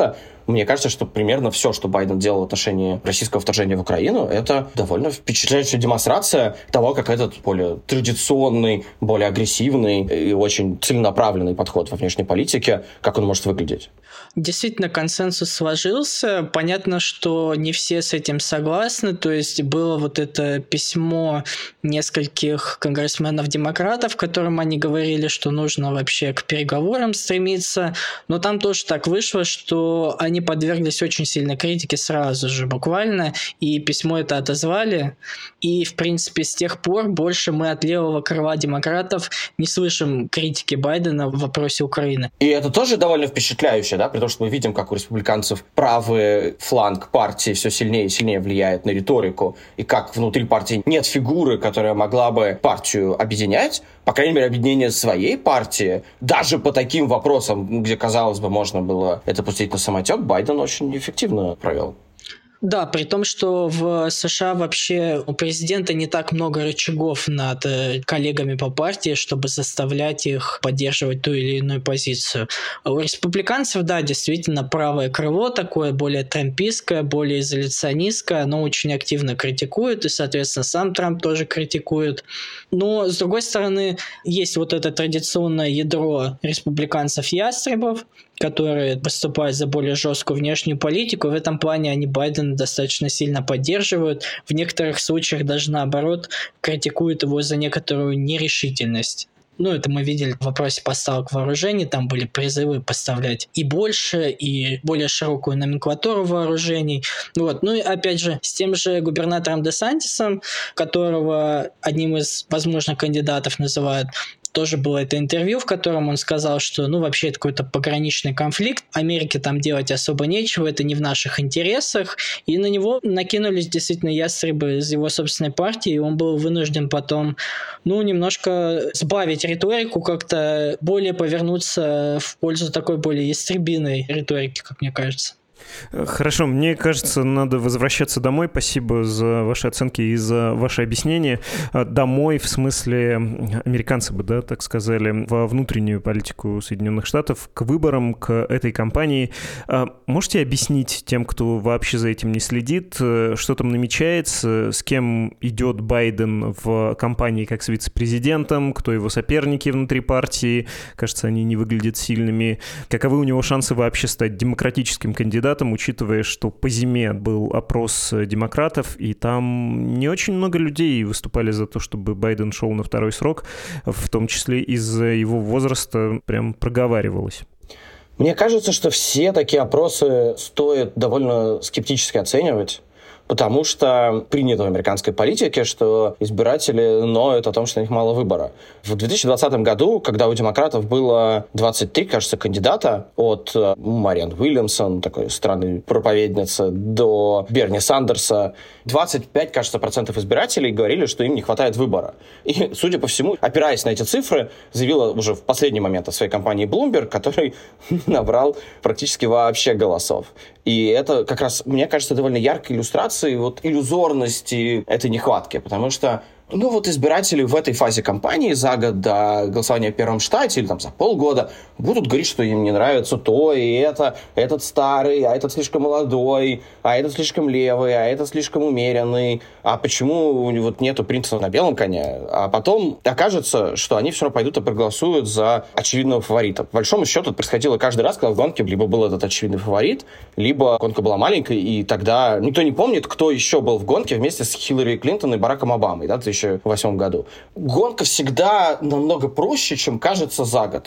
мне кажется, что примерно все, что Байден делал в отношении российского вторжения в Украину, это довольно впечатляющая демонстрация того, как этот более традиционный, более агрессивный и очень целенаправленный подход во внешней политике, как он может выглядеть.
Действительно, консенсус сложился. Понятно, что не все с этим согласны. То есть было вот это письмо нескольких конгрессменов-демократов, в котором они говорили, что нужно вообще к переговорам стремиться. Но там тоже так вышло, что они подверглись очень сильной критике сразу же, буквально. И письмо это отозвали. И, в принципе, с тех пор больше мы от левого крыла демократов не слышим критики Байдена в вопросе Украины.
И это тоже довольно впечатляюще, да, потому что мы видим, как у республиканцев правый фланг партии все сильнее и сильнее влияет на риторику, и как внутри партии нет фигуры, которая могла бы партию объединять, по крайней мере, объединение своей партии, даже по таким вопросам, где, казалось бы, можно было это пустить на самотек, Байден очень эффективно провел.
Да, при том, что в США вообще у президента не так много рычагов над коллегами по партии, чтобы заставлять их поддерживать ту или иную позицию. У республиканцев, да, действительно правое крыло такое, более трампистское, более изоляционистское, оно очень активно критикует, и, соответственно, сам Трамп тоже критикует. Но, с другой стороны, есть вот это традиционное ядро республиканцев-ястребов, которые выступают за более жесткую внешнюю политику. В этом плане они Байдена достаточно сильно поддерживают. В некоторых случаях даже наоборот критикуют его за некоторую нерешительность. Ну, это мы видели в вопросе поставок вооружений. Там были призывы поставлять и больше, и более широкую номенклатуру вооружений. Вот. Ну и опять же, с тем же губернатором Десантисом, которого одним из возможных кандидатов называют, тоже было это интервью, в котором он сказал, что, ну, вообще это какой-то пограничный конфликт, Америке там делать особо нечего, это не в наших интересах, и на него накинулись действительно ястребы из его собственной партии, и он был вынужден потом, ну, немножко сбавить риторику, как-то более повернуться в пользу такой более ястребиной риторики, как мне кажется.
Хорошо, мне кажется, надо возвращаться домой. Спасибо за ваши оценки и за ваши объяснения. Домой, в смысле, американцы бы, да, так сказали, во внутреннюю политику Соединенных Штатов, к выборам, к этой кампании. Можете объяснить тем, кто вообще за этим не следит, что там намечается, с кем идет Байден в кампании как с вице-президентом, кто его соперники внутри партии? Кажется, они не выглядят сильными. Каковы у него шансы вообще стать демократическим кандидатом, учитывая, что по зиме был опрос демократов, и там не очень много людей выступали за то, чтобы Байден шел на второй срок, в том числе из-за его возраста прям проговаривалось.
Мне кажется, что все такие опросы стоит довольно скептически оценивать, потому что принято в американской политике, что избиратели ноют о том, что у них мало выбора. В 2020 году, когда у демократов было 23, кажется, кандидата, от Мариан Уильямсон, такой странной проповедницы, до Берни Сандерса, 25, кажется, процентов избирателей говорили, что им не хватает выбора. И, судя по всему, опираясь на эти цифры, заявила уже в последний момент о своей кампании Bloomberg, который набрал практически вообще голосов. И это как раз, мне кажется, довольно яркой иллюстрацией вот иллюзорности этой нехватки, потому что ну вот избиратели в этой фазе кампании за год до голосования в первом штате или там за полгода будут говорить, что им не нравится то и это, этот старый, а этот слишком молодой, а этот слишком левый, а этот слишком умеренный, а почему вот нету принца на белом коне, а потом окажется, что они все равно пойдут и проголосуют за очевидного фаворита. По большому счету это происходило каждый раз, когда в гонке либо был этот очевидный фаворит, либо гонка была маленькой, и тогда никто не помнит, кто еще был в гонке вместе с Хиллари Клинтон и Бараком Обамой, да, в 2008 году. Гонка всегда намного проще, чем кажется за год.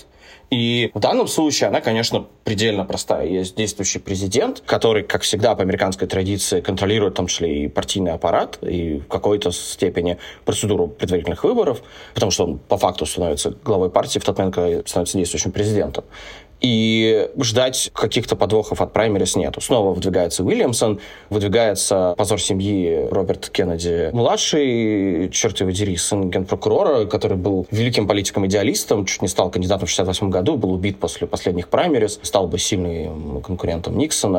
И в данном случае она, конечно, предельно простая. Есть действующий президент, который, как всегда, по американской традиции, контролирует в том числе и партийный аппарат, и в какой-то степени процедуру предварительных выборов, потому что он по факту становится главой партии в тот момент, когда становится действующим президентом. И ждать каких-то подвохов от праймерис нету. Снова выдвигается Уильямсон, выдвигается позор семьи Роберт Кеннеди-младший, черт его дери, сын генпрокурора, который был великим политиком-идеалистом, чуть не стал кандидатом в 1968 году, был убит после последних праймерис, стал бы сильным конкурентом Никсона.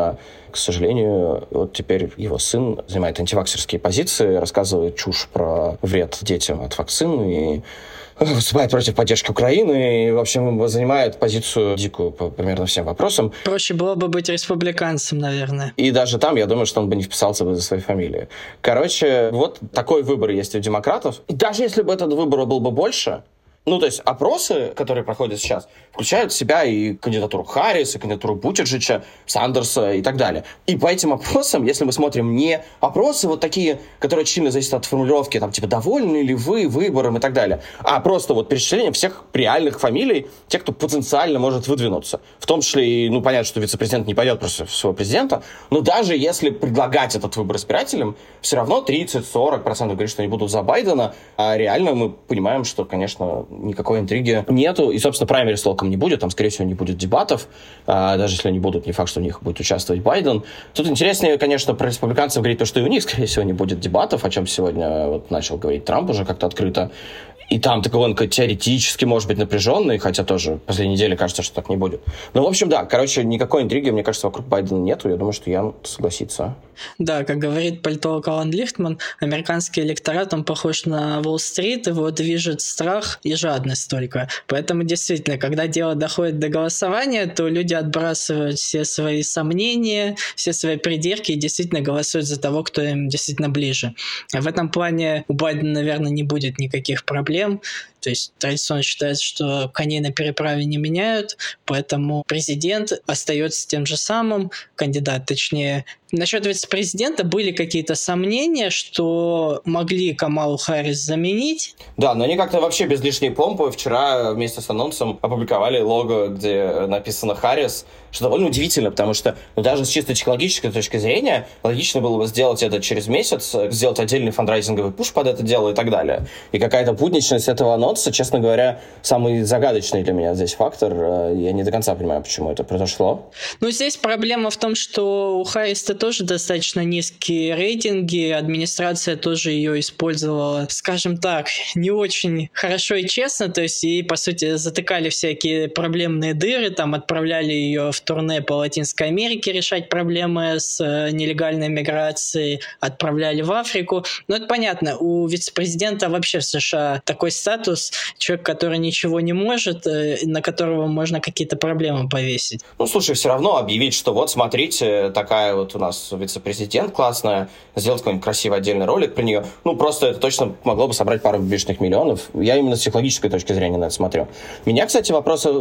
К сожалению, вот теперь его сын занимает антиваксерские позиции, рассказывает чушь про вред детям от вакцин и выступает против поддержки Украины и, в общем, занимает позицию дикую по примерно всем вопросам.
Проще было бы быть республиканцем, наверное.
И даже там, я думаю, что он бы не вписался бы за своей фамилией. Короче, вот такой выбор есть у демократов. И даже если бы этот выбор был бы больше, то есть опросы, которые проходят сейчас, включают в себя и кандидатуру Харрис, и кандидатуру Бутиджича, Сандерса и так далее. И по этим опросам, если мы смотрим не опросы вот такие, которые сильно зависят от формулировки, там, типа, довольны ли вы выбором и так далее, а просто вот перечисление всех реальных фамилий, тех, кто потенциально может выдвинуться. В том числе и, понятно, что вице-президент не пойдет просто в своего президента, но даже если предлагать этот выбор избирателям, все равно 30-40% говорит, что они будут за Байдена, а реально мы понимаем, что, конечно, никакой интриги нету. И, собственно, праймерис толком не будет. Там, скорее всего, не будет дебатов. Даже если они будут, не факт, что в них будет участвовать Байден. Тут интереснее, конечно, про республиканцев говорить то, что и у них, скорее всего, не будет дебатов, о чем сегодня вот начал говорить Трамп уже как-то открыто. И там такой он теоретически может быть напряженный, хотя тоже в последней неделе кажется, что так не будет. В общем, да, никакой интриги, мне кажется, вокруг Байдена нету. Я думаю, что Ян согласится.
Да, как говорит политолог Алан Лихтман, американский электорат, он похож на Уолл-стрит, его движет страх и жадность только. Поэтому действительно, когда дело доходит до голосования, то люди отбрасывают все свои сомнения, все свои придирки и действительно голосуют за того, кто им действительно ближе. В этом плане у Байдена, наверное, не будет никаких проблем. То есть традиционно считается, что коней на переправе не меняют, поэтому президент остается тем же самым, кандидат точнее. Насчет вице-президента были какие-то сомнения, что могли Камалу Харрис заменить.
Да, но они как-то вообще без лишней помпы вчера вместе с анонсом опубликовали лого, где написано Харрис, что довольно удивительно, потому что даже с чисто технологической точки зрения логично было бы сделать это через месяц, сделать отдельный фандрайзинговый пуш под это дело и так далее. И какая-то будничность этого анонса, честно говоря, самый загадочный для меня здесь фактор. Я не до конца понимаю, почему это произошло.
Здесь проблема в том, что у Харриса тоже достаточно низкие рейтинги, администрация тоже ее использовала, скажем так, не очень хорошо и честно, то есть ей, по сути, затыкали всякие проблемные дыры, там отправляли ее в турне по Латинской Америке решать проблемы с нелегальной миграцией, отправляли в Африку. Это понятно, у вице-президента вообще в США такой статус, человек, который ничего не может, на которого можно какие-то проблемы повесить.
Слушай, все равно объявить, что вот, смотрите, такая вот у нас вице-президент классная, сделать какой-нибудь красивый отдельный ролик про нее, просто это точно могло бы собрать пару бюджетных миллионов. Я именно с психологической точки зрения на это смотрю. Меня, кстати,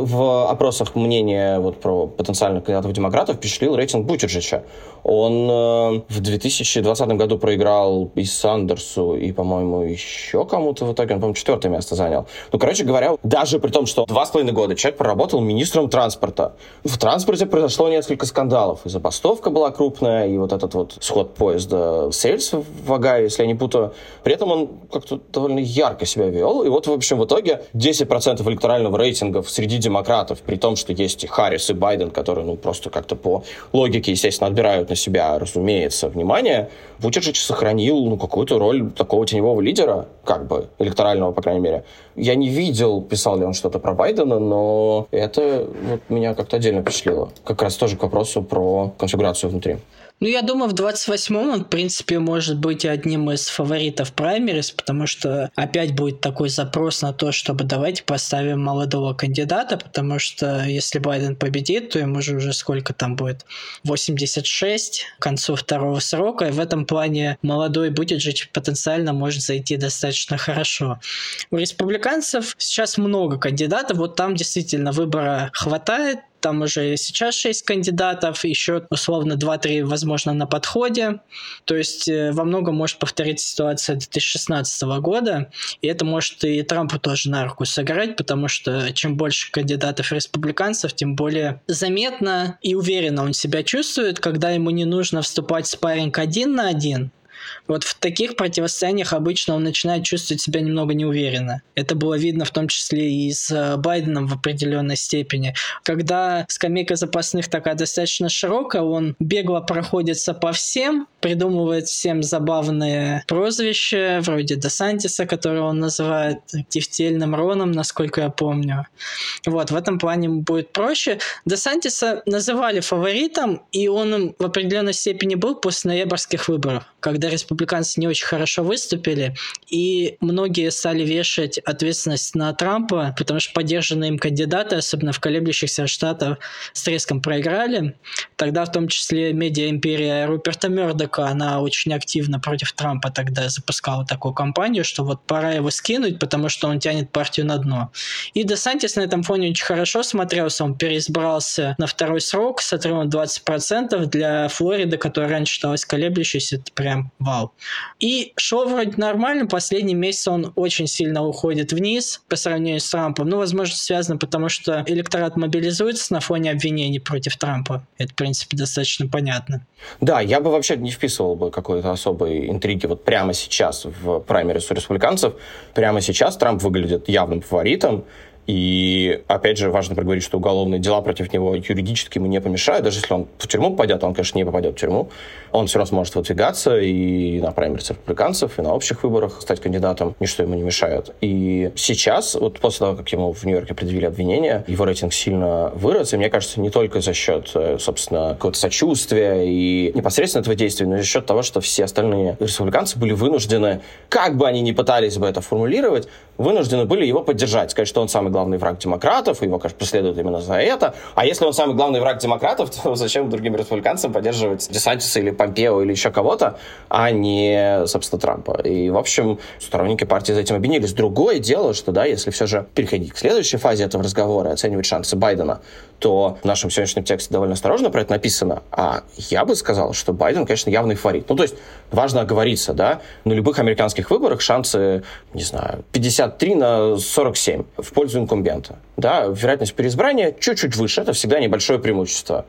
в опросах мнения вот про потенциальных кандидатов демократов впечатлил рейтинг Бутиджича. Он в 2020 году проиграл и Сандерсу, и, по-моему, еще кому-то в итоге. Он, по-моему, 4-е место занял. Короче говоря, даже при том, что 2,5 года человек проработал министром транспорта. В транспорте произошло несколько скандалов. И забастовка была крупная, и вот этот вот сход поезда Сейлс в Огайо, если я не путаю. При этом он как-то довольно ярко себя вел. И вот, в общем, в итоге 10% электорального рейтинга среди демократов, при том, что есть и Харрис, и Байден, которые, просто как-то по логике, естественно, отбирают на себя, разумеется, внимание, Бутиджич сохранил, какую-то роль такого теневого лидера, электорального, по крайней мере. Я не видел, писал ли он что-то про Байдена, но это меня как-то отдельно впечатлило. Как раз тоже к вопросу про конфигурацию внутри.
Я думаю, в 28-м он, в принципе, может быть одним из фаворитов праймерис, потому что опять будет такой запрос на то, чтобы давайте поставим молодого кандидата, потому что если Байден победит, то ему же уже сколько там будет? 86 к концу второго срока, и в этом плане молодой Бутиджич потенциально может зайти достаточно хорошо. У республиканцев сейчас много кандидатов, там действительно выбора хватает. Там уже сейчас 6 кандидатов, еще условно 2-3, возможно, на подходе. То есть во многом может повториться ситуация 2016 года. И это может и Трампу тоже на руку сыграть, потому что чем больше кандидатов республиканцев, тем более заметно и уверенно он себя чувствует, когда ему не нужно вступать в спарринг 1 на 1. Вот в таких противостояниях обычно он начинает чувствовать себя немного неуверенно. Это было видно в том числе и с Байденом в определенной степени. Когда скамейка запасных такая достаточно широкая, он бегло проходится по всем, придумывает всем забавные прозвища, вроде Десантиса, которого он называет тефтельным Роном, насколько я помню. Вот, в этом плане будет проще. Десантиса называли фаворитом, и он им в определенной степени был после ноябрьских выборов, когда республиканцы не очень хорошо выступили, и многие стали вешать ответственность на Трампа, потому что поддержанные им кандидаты, особенно в колеблющихся штатах, с треском проиграли. Тогда в том числе медиа-империя Руперта Мёрдока, она очень активно против Трампа тогда запускала такую кампанию, что вот пора его скинуть, потому что он тянет партию на дно. И Десантис на этом фоне очень хорошо смотрелся, он переизбрался на второй срок с отрывом 20%. Для Флориды, которая раньше считалась колеблющейся, это прям вау. И шло вроде нормально, последний месяц он очень сильно уходит вниз по сравнению с Трампом. Ну, возможно, связано, потому что электорат мобилизуется на фоне обвинений против Трампа. Это, в принципе, достаточно понятно.
Да, я бы вообще не вписывал бы какой-то особой интриги вот прямо сейчас в праймерис у республиканцев. Прямо сейчас Трамп выглядит явным фаворитом. И, опять же, важно проговорить, что уголовные дела против него юридически ему не помешают. Даже если он в тюрьму попадет, он, конечно, не попадет в тюрьму. Он все равно сможет выдвигаться и на праймерис республиканцев, и на общих выборах стать кандидатом. Ничто ему не мешает. И сейчас, вот после того, как ему в Нью-Йорке предъявили обвинения, его рейтинг сильно вырос. И мне кажется, не только за счет, собственно, какого-то сочувствия и непосредственно этого действия, но и за счет того, что все остальные республиканцы были вынуждены, как бы они ни пытались бы это формулировать, вынуждены были его поддержать, сказать, что он самый главный враг демократов, его, конечно, преследуют именно за это. А если он самый главный враг демократов, то зачем другим республиканцам поддерживать Десантиса или Помпео или еще кого-то, а не, собственно, Трампа. И, в общем, сторонники партии за этим объединились. Другое дело, что, да, если все же переходить к следующей фазе этого разговора и оценивать шансы Байдена, то в нашем сегодняшнем тексте довольно осторожно про это написано. А я бы сказал, что Байден, конечно, явный фаворит. Ну, то есть, важно оговориться, да, на любых американских выборах шансы, не знаю, 53 на 47 в пользу инкумбента. Да, вероятность переизбрания чуть-чуть выше, это всегда небольшое преимущество.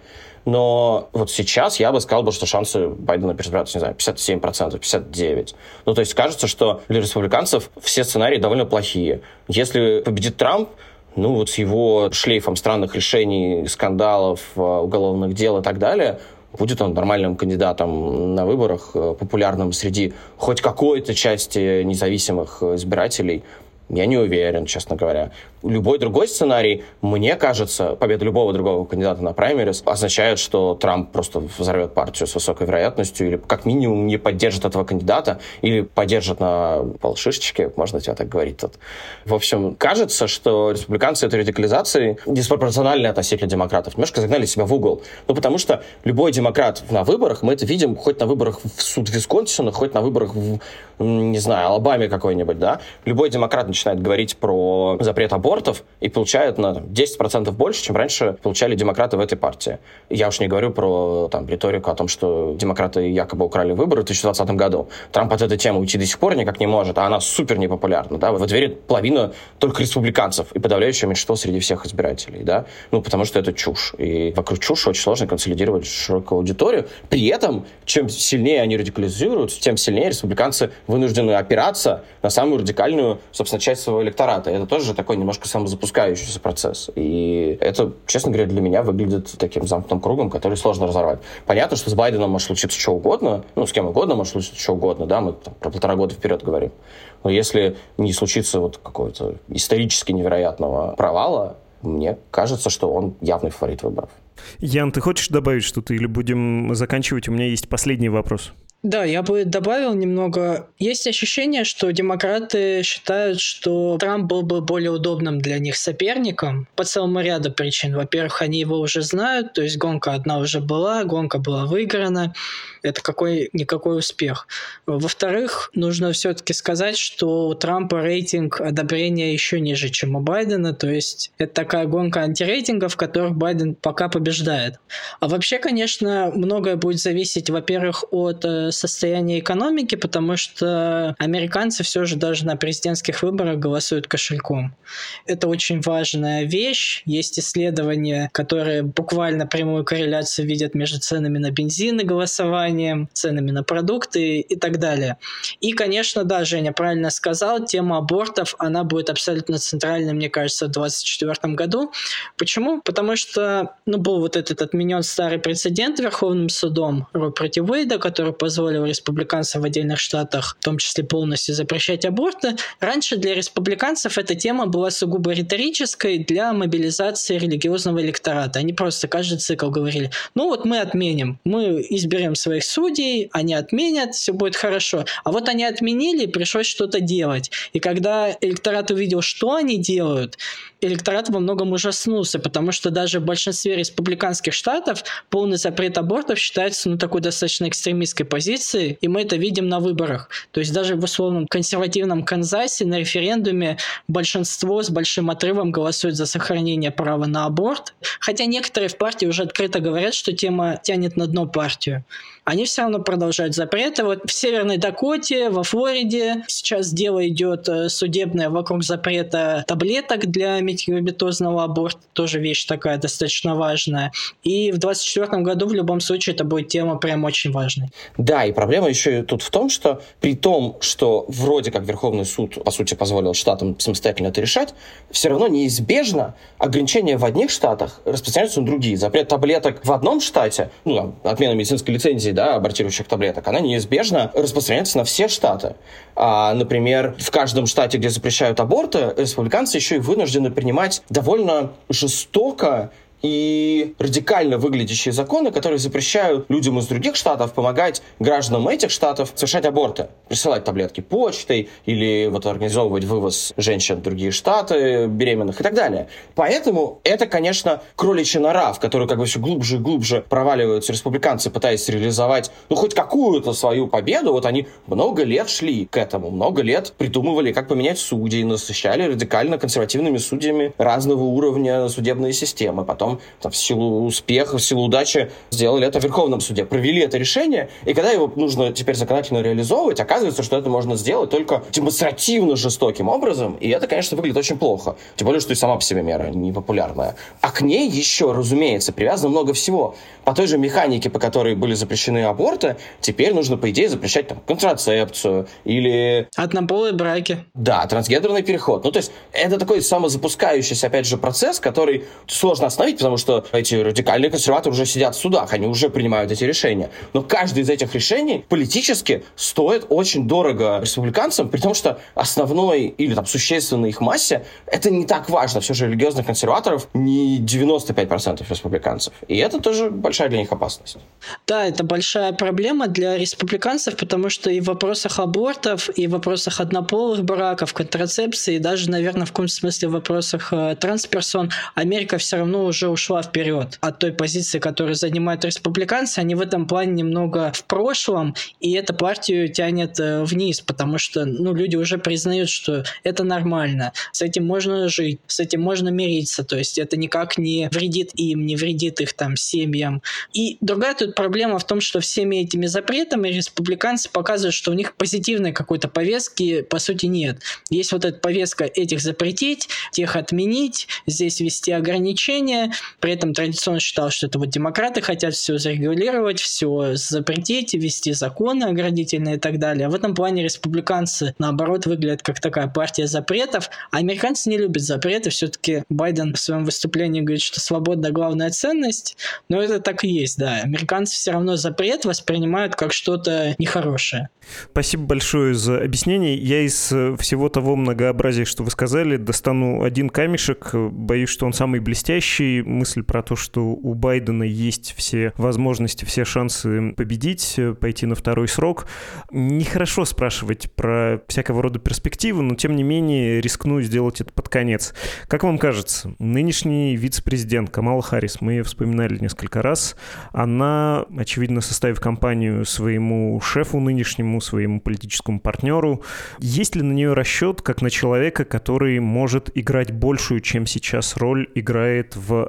Но вот сейчас я бы сказал, что шансы Байдена переизбраться, не знаю, 57%, 59%. Ну, то есть кажется, что для республиканцев все сценарии довольно плохие. Если победит Трамп, ну, вот с его шлейфом странных решений, скандалов, уголовных дел и так далее, будет он нормальным кандидатом на выборах, популярным среди хоть какой-то части независимых избирателей. Я не уверен, честно говоря. Любой другой сценарий, мне кажется, победа любого другого кандидата на праймерис означает, что Трамп просто взорвет партию с высокой вероятностью или как минимум не поддержит этого кандидата или поддержит на полшишечки, можно тебя так говорить тут. В общем, кажется, что республиканцы этой радикализации диспропорционально относительно демократов. Немножко загнали себя в угол. Ну, потому что любой демократ на выборах, мы это видим хоть на выборах в суд Висконсина, хоть на выборах в, не знаю, Алабаме какой-нибудь, да. Любой демократ начинает говорить про запрет абортов и получает на 10% больше, чем раньше получали демократы в этой партии. Я уж не говорю про там, риторику о том, что демократы якобы украли выборы в 2020 году. Трамп от этой темы уйти до сих пор никак не может, а она супер непопулярна. Да? В двери половина только республиканцев и подавляющее меньшинство среди всех избирателей. Да? Ну, потому что это чушь. И вокруг чуши очень сложно консолидировать широкую аудиторию. При этом, чем сильнее они радикализируются, тем сильнее республиканцы вынуждены опираться на самую радикальную, собственно, часть своего электората. Это тоже такой немножко самозапускающийся процесс. И это, честно говоря, для меня выглядит таким замкнутым кругом, который сложно разорвать. Понятно, что с Байденом может случиться что угодно, ну, с кем угодно может случиться что угодно, да, мы там, про 1,5 года вперед говорим. Но если не случится вот какого-то исторически невероятного провала, мне кажется, что он явный фаворит выборов.
Ян, ты хочешь добавить что-то или будем заканчивать? У меня есть последний вопрос.
Да, я бы добавил немного. Есть ощущение, что демократы считают, что Трамп был бы более удобным для них соперником по целому ряду причин. Во-первых, они его уже знают, то есть гонка одна уже была, гонка была выиграна. Это какой-никакой успех. Во-вторых, нужно все-таки сказать, что у Трампа рейтинг одобрения еще ниже, чем у Байдена, то есть это такая гонка антирейтингов, в которых Байден пока побеждает. А вообще, конечно, многое будет зависеть, во-первых, от состояние экономики, потому что американцы все же даже на президентских выборах голосуют кошельком. Это очень важная вещь. Есть исследования, которые буквально прямую корреляцию видят между ценами на бензин и голосованием, ценами на продукты и так далее. И, конечно, да, Женя правильно сказал, тема абортов, она будет абсолютно центральной, мне кажется, в 2024 году. Почему? Потому что был вот этот отменен старый прецедент Верховным судом Ро против Уэйда, который позволил республиканцам в отдельных штатах, в том числе полностью запрещать аборты. Раньше для республиканцев эта тема была сугубо риторической для мобилизации религиозного электората. Они просто каждый цикл говорили, мы отменим, мы изберем своих судей, они отменят, все будет хорошо. А вот они отменили, пришлось что-то делать. И когда электорат увидел, что они делают, электорат во многом ужаснулся, потому что даже в большинстве республиканских штатов полный запрет абортов считается такой достаточно экстремистской позицией, и мы это видим на выборах. То есть даже в условном консервативном Канзасе на референдуме большинство с большим отрывом голосует за сохранение права на аборт, хотя некоторые в партии уже открыто говорят, что тема тянет на дно партию. Они все равно продолжают запреты. Вот в Северной Дакоте, во Флориде сейчас дело идет судебное вокруг запрета таблеток для медикаментозного аборта. Тоже вещь такая достаточно важная. И в 2024 году в любом случае это будет тема прям очень важной.
Да, и проблема еще и тут в том, что при том, что вроде как Верховный суд, по сути, позволил штатам самостоятельно это решать, все равно неизбежно ограничения в одних штатах распространяются на другие. Запрет таблеток в одном штате, отмена медицинской лицензии, абортирующих таблеток, она неизбежно распространяется на все штаты. Например, в каждом штате, где запрещают аборты, республиканцы еще и вынуждены принимать довольно жестоко и радикально выглядящие законы, которые запрещают людям из других штатов помогать гражданам этих штатов совершать аборты. Присылать таблетки почтой или организовывать вывоз женщин в другие штаты, беременных и так далее. Поэтому это, конечно, кроличья нора, в которую все глубже и глубже проваливаются республиканцы, пытаясь реализовать хоть какую-то свою победу. Они много лет шли к этому, много лет придумывали, как поменять судей, насыщали радикально консервативными судьями разного уровня судебные системы. Потом в силу успеха, в силу удачи сделали это в Верховном суде, провели это решение, и когда его нужно теперь законодательно реализовывать, оказывается, что это можно сделать только демонстративно жестоким образом, и это, конечно, выглядит очень плохо. Тем более, что и сама по себе мера непопулярная. А к ней еще, разумеется, привязано много всего. По той же механике, по которой были запрещены аборты, теперь нужно, по идее, запрещать контрацепцию или...
однополые браки.
Да, трансгендерный переход. То есть это такой самозапускающийся, опять же, процесс, который сложно остановить, потому что эти радикальные консерваторы уже сидят в судах, они уже принимают эти решения. Но каждое из этих решений политически стоит очень дорого республиканцам, при том, что основной или существенной их массе это не так важно. Все же религиозных консерваторов не 95% республиканцев. И это тоже большая для них опасность.
Да, это большая проблема для республиканцев, потому что и в вопросах абортов, и в вопросах однополых браков, контрацепции, и даже, наверное, в каком-то смысле в вопросах трансперсон Америка все равно уже ушла вперед от той позиции, которую занимают республиканцы. Они в этом плане немного в прошлом, и эту партию тянет вниз, потому что люди уже признают, что это нормально, с этим можно жить, с этим можно мириться, то есть это никак не вредит им, не вредит их семьям. И другая тут проблема в том, что всеми этими запретами республиканцы показывают, что у них позитивной какой-то повестки по сути нет. Есть эта повестка этих запретить, тех отменить, здесь ввести ограничения. При этом традиционно считал, что это демократы хотят все зарегулировать, все запретить, ввести законы оградительные и так далее. А в этом плане республиканцы, наоборот, выглядят как такая партия запретов, а американцы не любят запреты. Все-таки Байден в своем выступлении говорит, что свобода – главная ценность, но это так и есть, да. Американцы все равно запрет воспринимают как что-то нехорошее.
Спасибо большое за объяснение. Я из всего того многообразия, что вы сказали, достану один камешек. Боюсь, что он самый блестящий. Мысль про то, что у Байдена есть все возможности, все шансы победить, пойти на второй срок. Нехорошо спрашивать про всякого рода перспективы, но тем не менее рискну сделать это под конец. Как вам кажется, нынешний вице-президент Камала Харрис, мы ее вспоминали несколько раз, она, очевидно, составив кампанию своему шефу нынешнему, своему политическому партнеру, есть ли на нее расчет, как на человека, который может играть большую, чем сейчас, роль играет в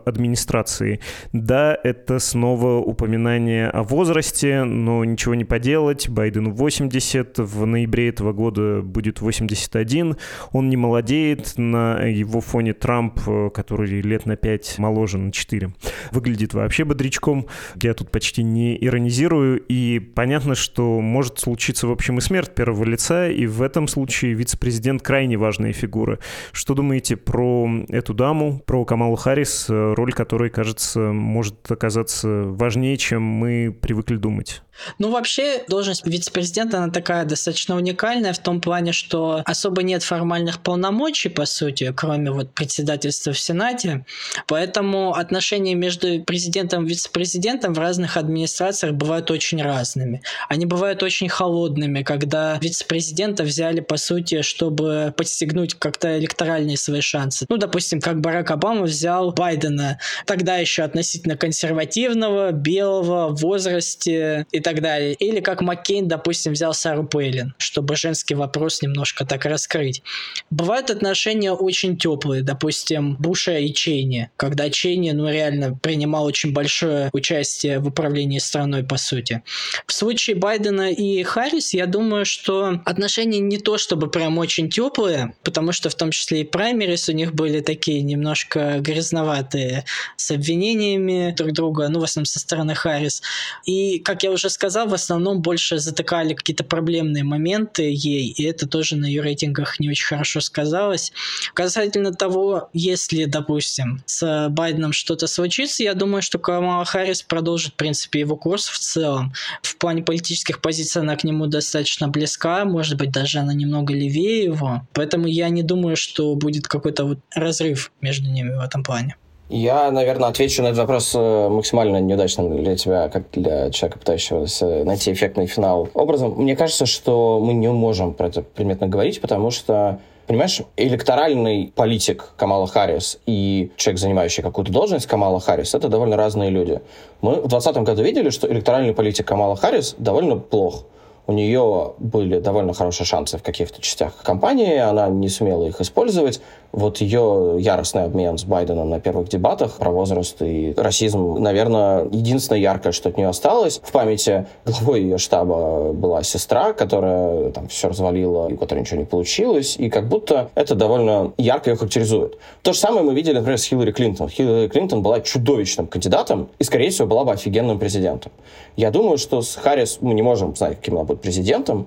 администрации. Да, это снова упоминание о возрасте, но ничего не поделать. Байдену 80, в ноябре этого года будет 81. Он не молодеет, на его фоне Трамп, который лет на 5 моложе, на 4, выглядит вообще бодрячком. Я тут почти не иронизирую, и понятно, что может случиться, в общем, и смерть первого лица, и в этом случае вице-президент крайне важная фигура. Что думаете про эту даму, про Камалу Харрис, роль которой, кажется, может оказаться важнее, чем мы привыкли думать?
Ну, вообще, должность вице-президента, она такая достаточно уникальная в том плане, что особо нет формальных полномочий, по сути, кроме вот председательства в Сенате. Поэтому отношения между президентом и вице-президентом в разных администрациях бывают очень разными. Они бывают очень холодными, когда вице-президента взяли, по сути, чтобы подстегнуть как-то электоральные свои шансы. Ну, допустим, как Барак Обама взял Байдена, тогда еще относительно консервативного, белого, в возрасте и так далее. Или как Маккейн, допустим, взял Сару Пейлин, чтобы женский вопрос немножко так раскрыть. Бывают отношения очень теплые, допустим, Буша и Чейни, когда Чейни, реально принимал очень большое участие в управлении страной, по сути. В случае Байдена и Харрис, я думаю, что отношения не то чтобы прям очень теплые, потому что в том числе и праймерис у них были такие немножко грязноватые, с обвинениями друг друга, в основном со стороны Харрис. И, как я уже сказал, в основном больше затыкали какие-то проблемные моменты ей, и это тоже на ее рейтингах не очень хорошо сказалось. Касательно того, если, допустим, с Байденом что-то случится, я думаю, что Камала Харрис продолжит, в принципе, его курс в целом. В плане политических позиций она к нему достаточно близка, может быть, даже она немного левее его, поэтому я не думаю, что будет какой-то разрыв между ними в этом плане.
Я, наверное, отвечу на этот вопрос максимально неудачным для тебя, как для человека, пытающегося найти эффектный финал образом. Мне кажется, что мы не можем про это предметно говорить, потому что, понимаешь, электоральный политик Камала Харрис и человек, занимающий какую-то должность Камала Харрис, это довольно разные люди. Мы в 2020 году видели, что электоральный политик Камала Харрис довольно плох. У нее были довольно хорошие шансы в каких-то частях кампании, она не сумела их использовать. Вот ее яростный обмен с Байденом на первых дебатах про возраст и расизм, наверное, единственное яркое, что от нее осталось. В памяти главой ее штаба была сестра, которая там все развалила, и у которой ничего не получилось, и как будто это довольно ярко ее характеризует. То же самое мы видели, например, с Хиллари Клинтон. Хиллари Клинтон была чудовищным кандидатом и, скорее всего, была бы офигенным президентом. Я думаю, что с Харрис мы не можем знать, каким она будет президентом,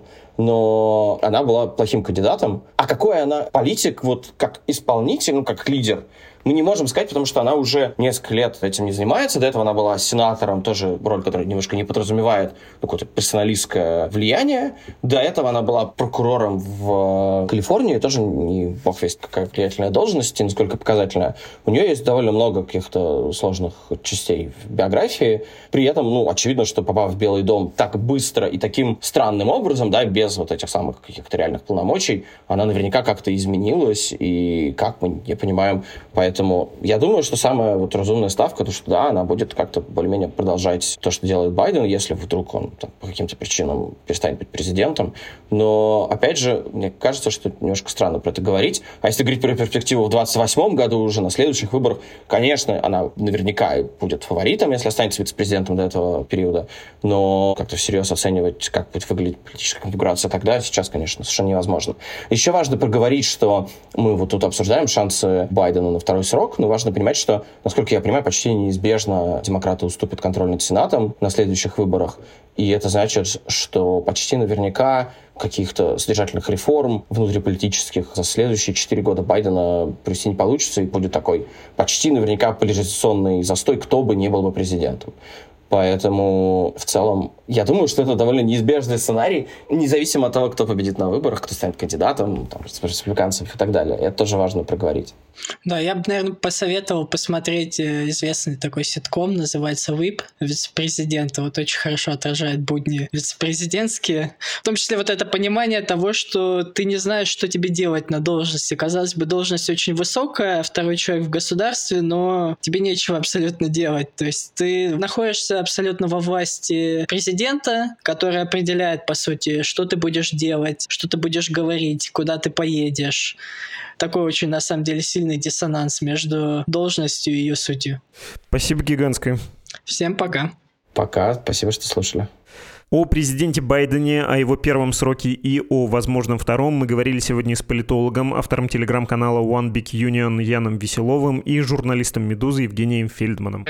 но она была плохим кандидатом. А какой она политик, вот как исполнитель, как лидер, мы не можем сказать, потому что она уже несколько лет этим не занимается. До этого она была сенатором, тоже роль, которая немножко не подразумевает какое-то персоналистское влияние. До этого она была прокурором в Калифорнии, тоже не бог весть какая влиятельная должность, и насколько показательная. У нее есть довольно много каких-то сложных частей в биографии. При этом, очевидно, что попав в Белый дом так быстро и таким странным образом, да, без вот этих самых каких-то реальных полномочий, она наверняка как-то изменилась, и как мы не понимаем. Поэтому я думаю, что самая разумная ставка, то что да, она будет как-то более-менее продолжать то, что делает Байден, если вдруг он по каким-то причинам перестанет быть президентом. Но, опять же, мне кажется, что немножко странно про это говорить. А если говорить про перспективу в 2028 году уже на следующих выборах, конечно, она наверняка будет фаворитом, если останется вице-президентом до этого периода. Но как-то всерьез оценивать, как будет выглядеть политическая конфигурация тогда, сейчас, конечно, совершенно невозможно. Еще важно проговорить, что мы вот тут обсуждаем шансы Байдена на второй срок, но важно понимать, что, насколько я понимаю, почти неизбежно демократы уступят контроль над Сенатом на следующих выборах. И это значит, что почти наверняка каких-то содержательных реформ внутриполитических за следующие 4 года Байдена провести не получится, и будет такой почти наверняка поляризационный застой, кто бы ни был бы президентом. Поэтому в целом я думаю, что это довольно неизбежный сценарий, независимо от того, кто победит на выборах, кто станет кандидатом, республиканцев и так далее. Это тоже важно проговорить.
Да, я бы, наверное, посоветовал посмотреть известный такой ситком, называется «ВИП», вице-президента. Вот очень хорошо отражает будни вице-президентские. В том числе вот это понимание того, что ты не знаешь, что тебе делать на должности. Казалось бы, должность очень высокая, второй человек в государстве, но тебе нечего абсолютно делать. То есть ты находишься абсолютно во власти президента, который определяет, по сути, что ты будешь делать, что ты будешь говорить, куда ты поедешь. такой очень, на самом деле, сильный диссонанс между должностью и ее сутью.
Спасибо гигантское.
Всем пока.
Пока, спасибо, что слушали.
О президенте Байдене, о его первом сроке и о возможном втором мы говорили сегодня с политологом, автором телеграм-канала One Big Union Яном Веселовым и журналистом «Медузы» Евгением Фельдманом.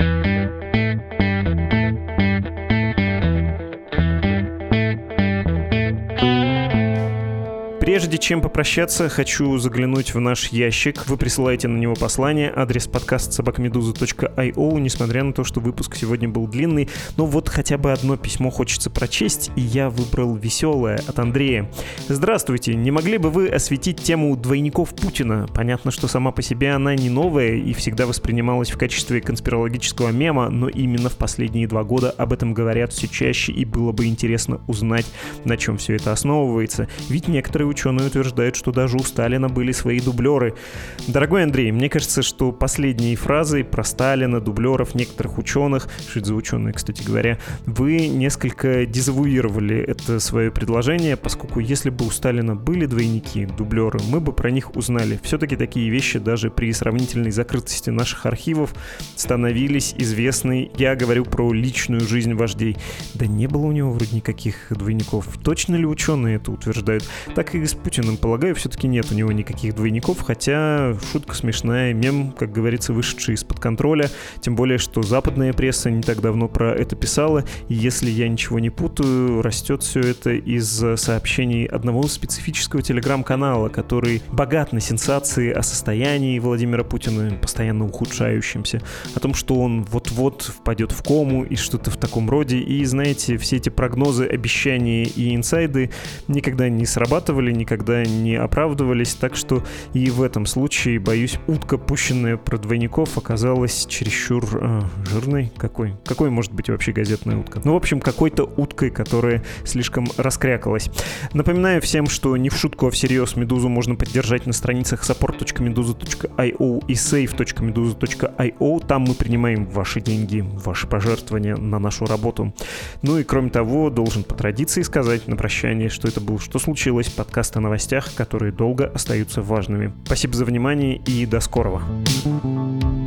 Прежде чем попрощаться, хочу заглянуть в наш ящик. Вы присылаете на него послание, адрес podcast@meduza.io, несмотря на то, что выпуск сегодня был длинный. Но вот хотя бы одно письмо хочется прочесть, и я выбрал веселое от Андрея. Здравствуйте, не могли бы вы осветить тему двойников Путина? Понятно, что сама по себе она не новая и всегда воспринималась в качестве конспирологического мема, но именно в последние 2 года об этом говорят все чаще, и было бы интересно узнать, на чем все это основывается. Ведь некоторые ученые утверждают, что даже у Сталина были свои дублеры. Дорогой Андрей, мне кажется, что последние фразы про Сталина, дублеров, некоторых ученых, что это за ученые, кстати говоря, вы несколько дезавуировали это свое предложение, поскольку если бы у Сталина были двойники, дублеры, мы бы про них узнали. Все-таки такие вещи даже при сравнительной закрытости наших архивов становились известны. Я говорю про личную жизнь вождей. Да не было у него вроде никаких двойников. Точно ли ученые это утверждают? Так и с Путиным, полагаю, все-таки нет у него никаких двойников, хотя шутка смешная, мем, как говорится, вышедший из-под контроля, тем более, что западная пресса не так давно про это писала, и если я ничего не путаю, растет все это из сообщений одного специфического телеграм-канала, который богат на сенсации о состоянии Владимира Путина, постоянно ухудшающемся, о том, что он вот-вот впадет в кому и что-то в таком роде, и, знаете, все эти прогнозы, обещания и инсайды никогда не срабатывали, никогда не оправдывались, так что и в этом случае, боюсь, утка, пущенная про двойников, оказалась чересчур жирной. Какой может быть вообще газетная утка? Ну, в общем, какой-то уткой, которая слишком раскрякалась. Напоминаю всем, что не в шутку, а всерьез Медузу можно поддержать на страницах support.meduza.io и save.meduza.io. Там мы принимаем ваши деньги, ваши пожертвования на нашу работу. Ну и кроме того, должен по традиции сказать на прощание, что это был «Что случилось?» подкаст о новостях, которые долго остаются важными. Спасибо за внимание и до скорого.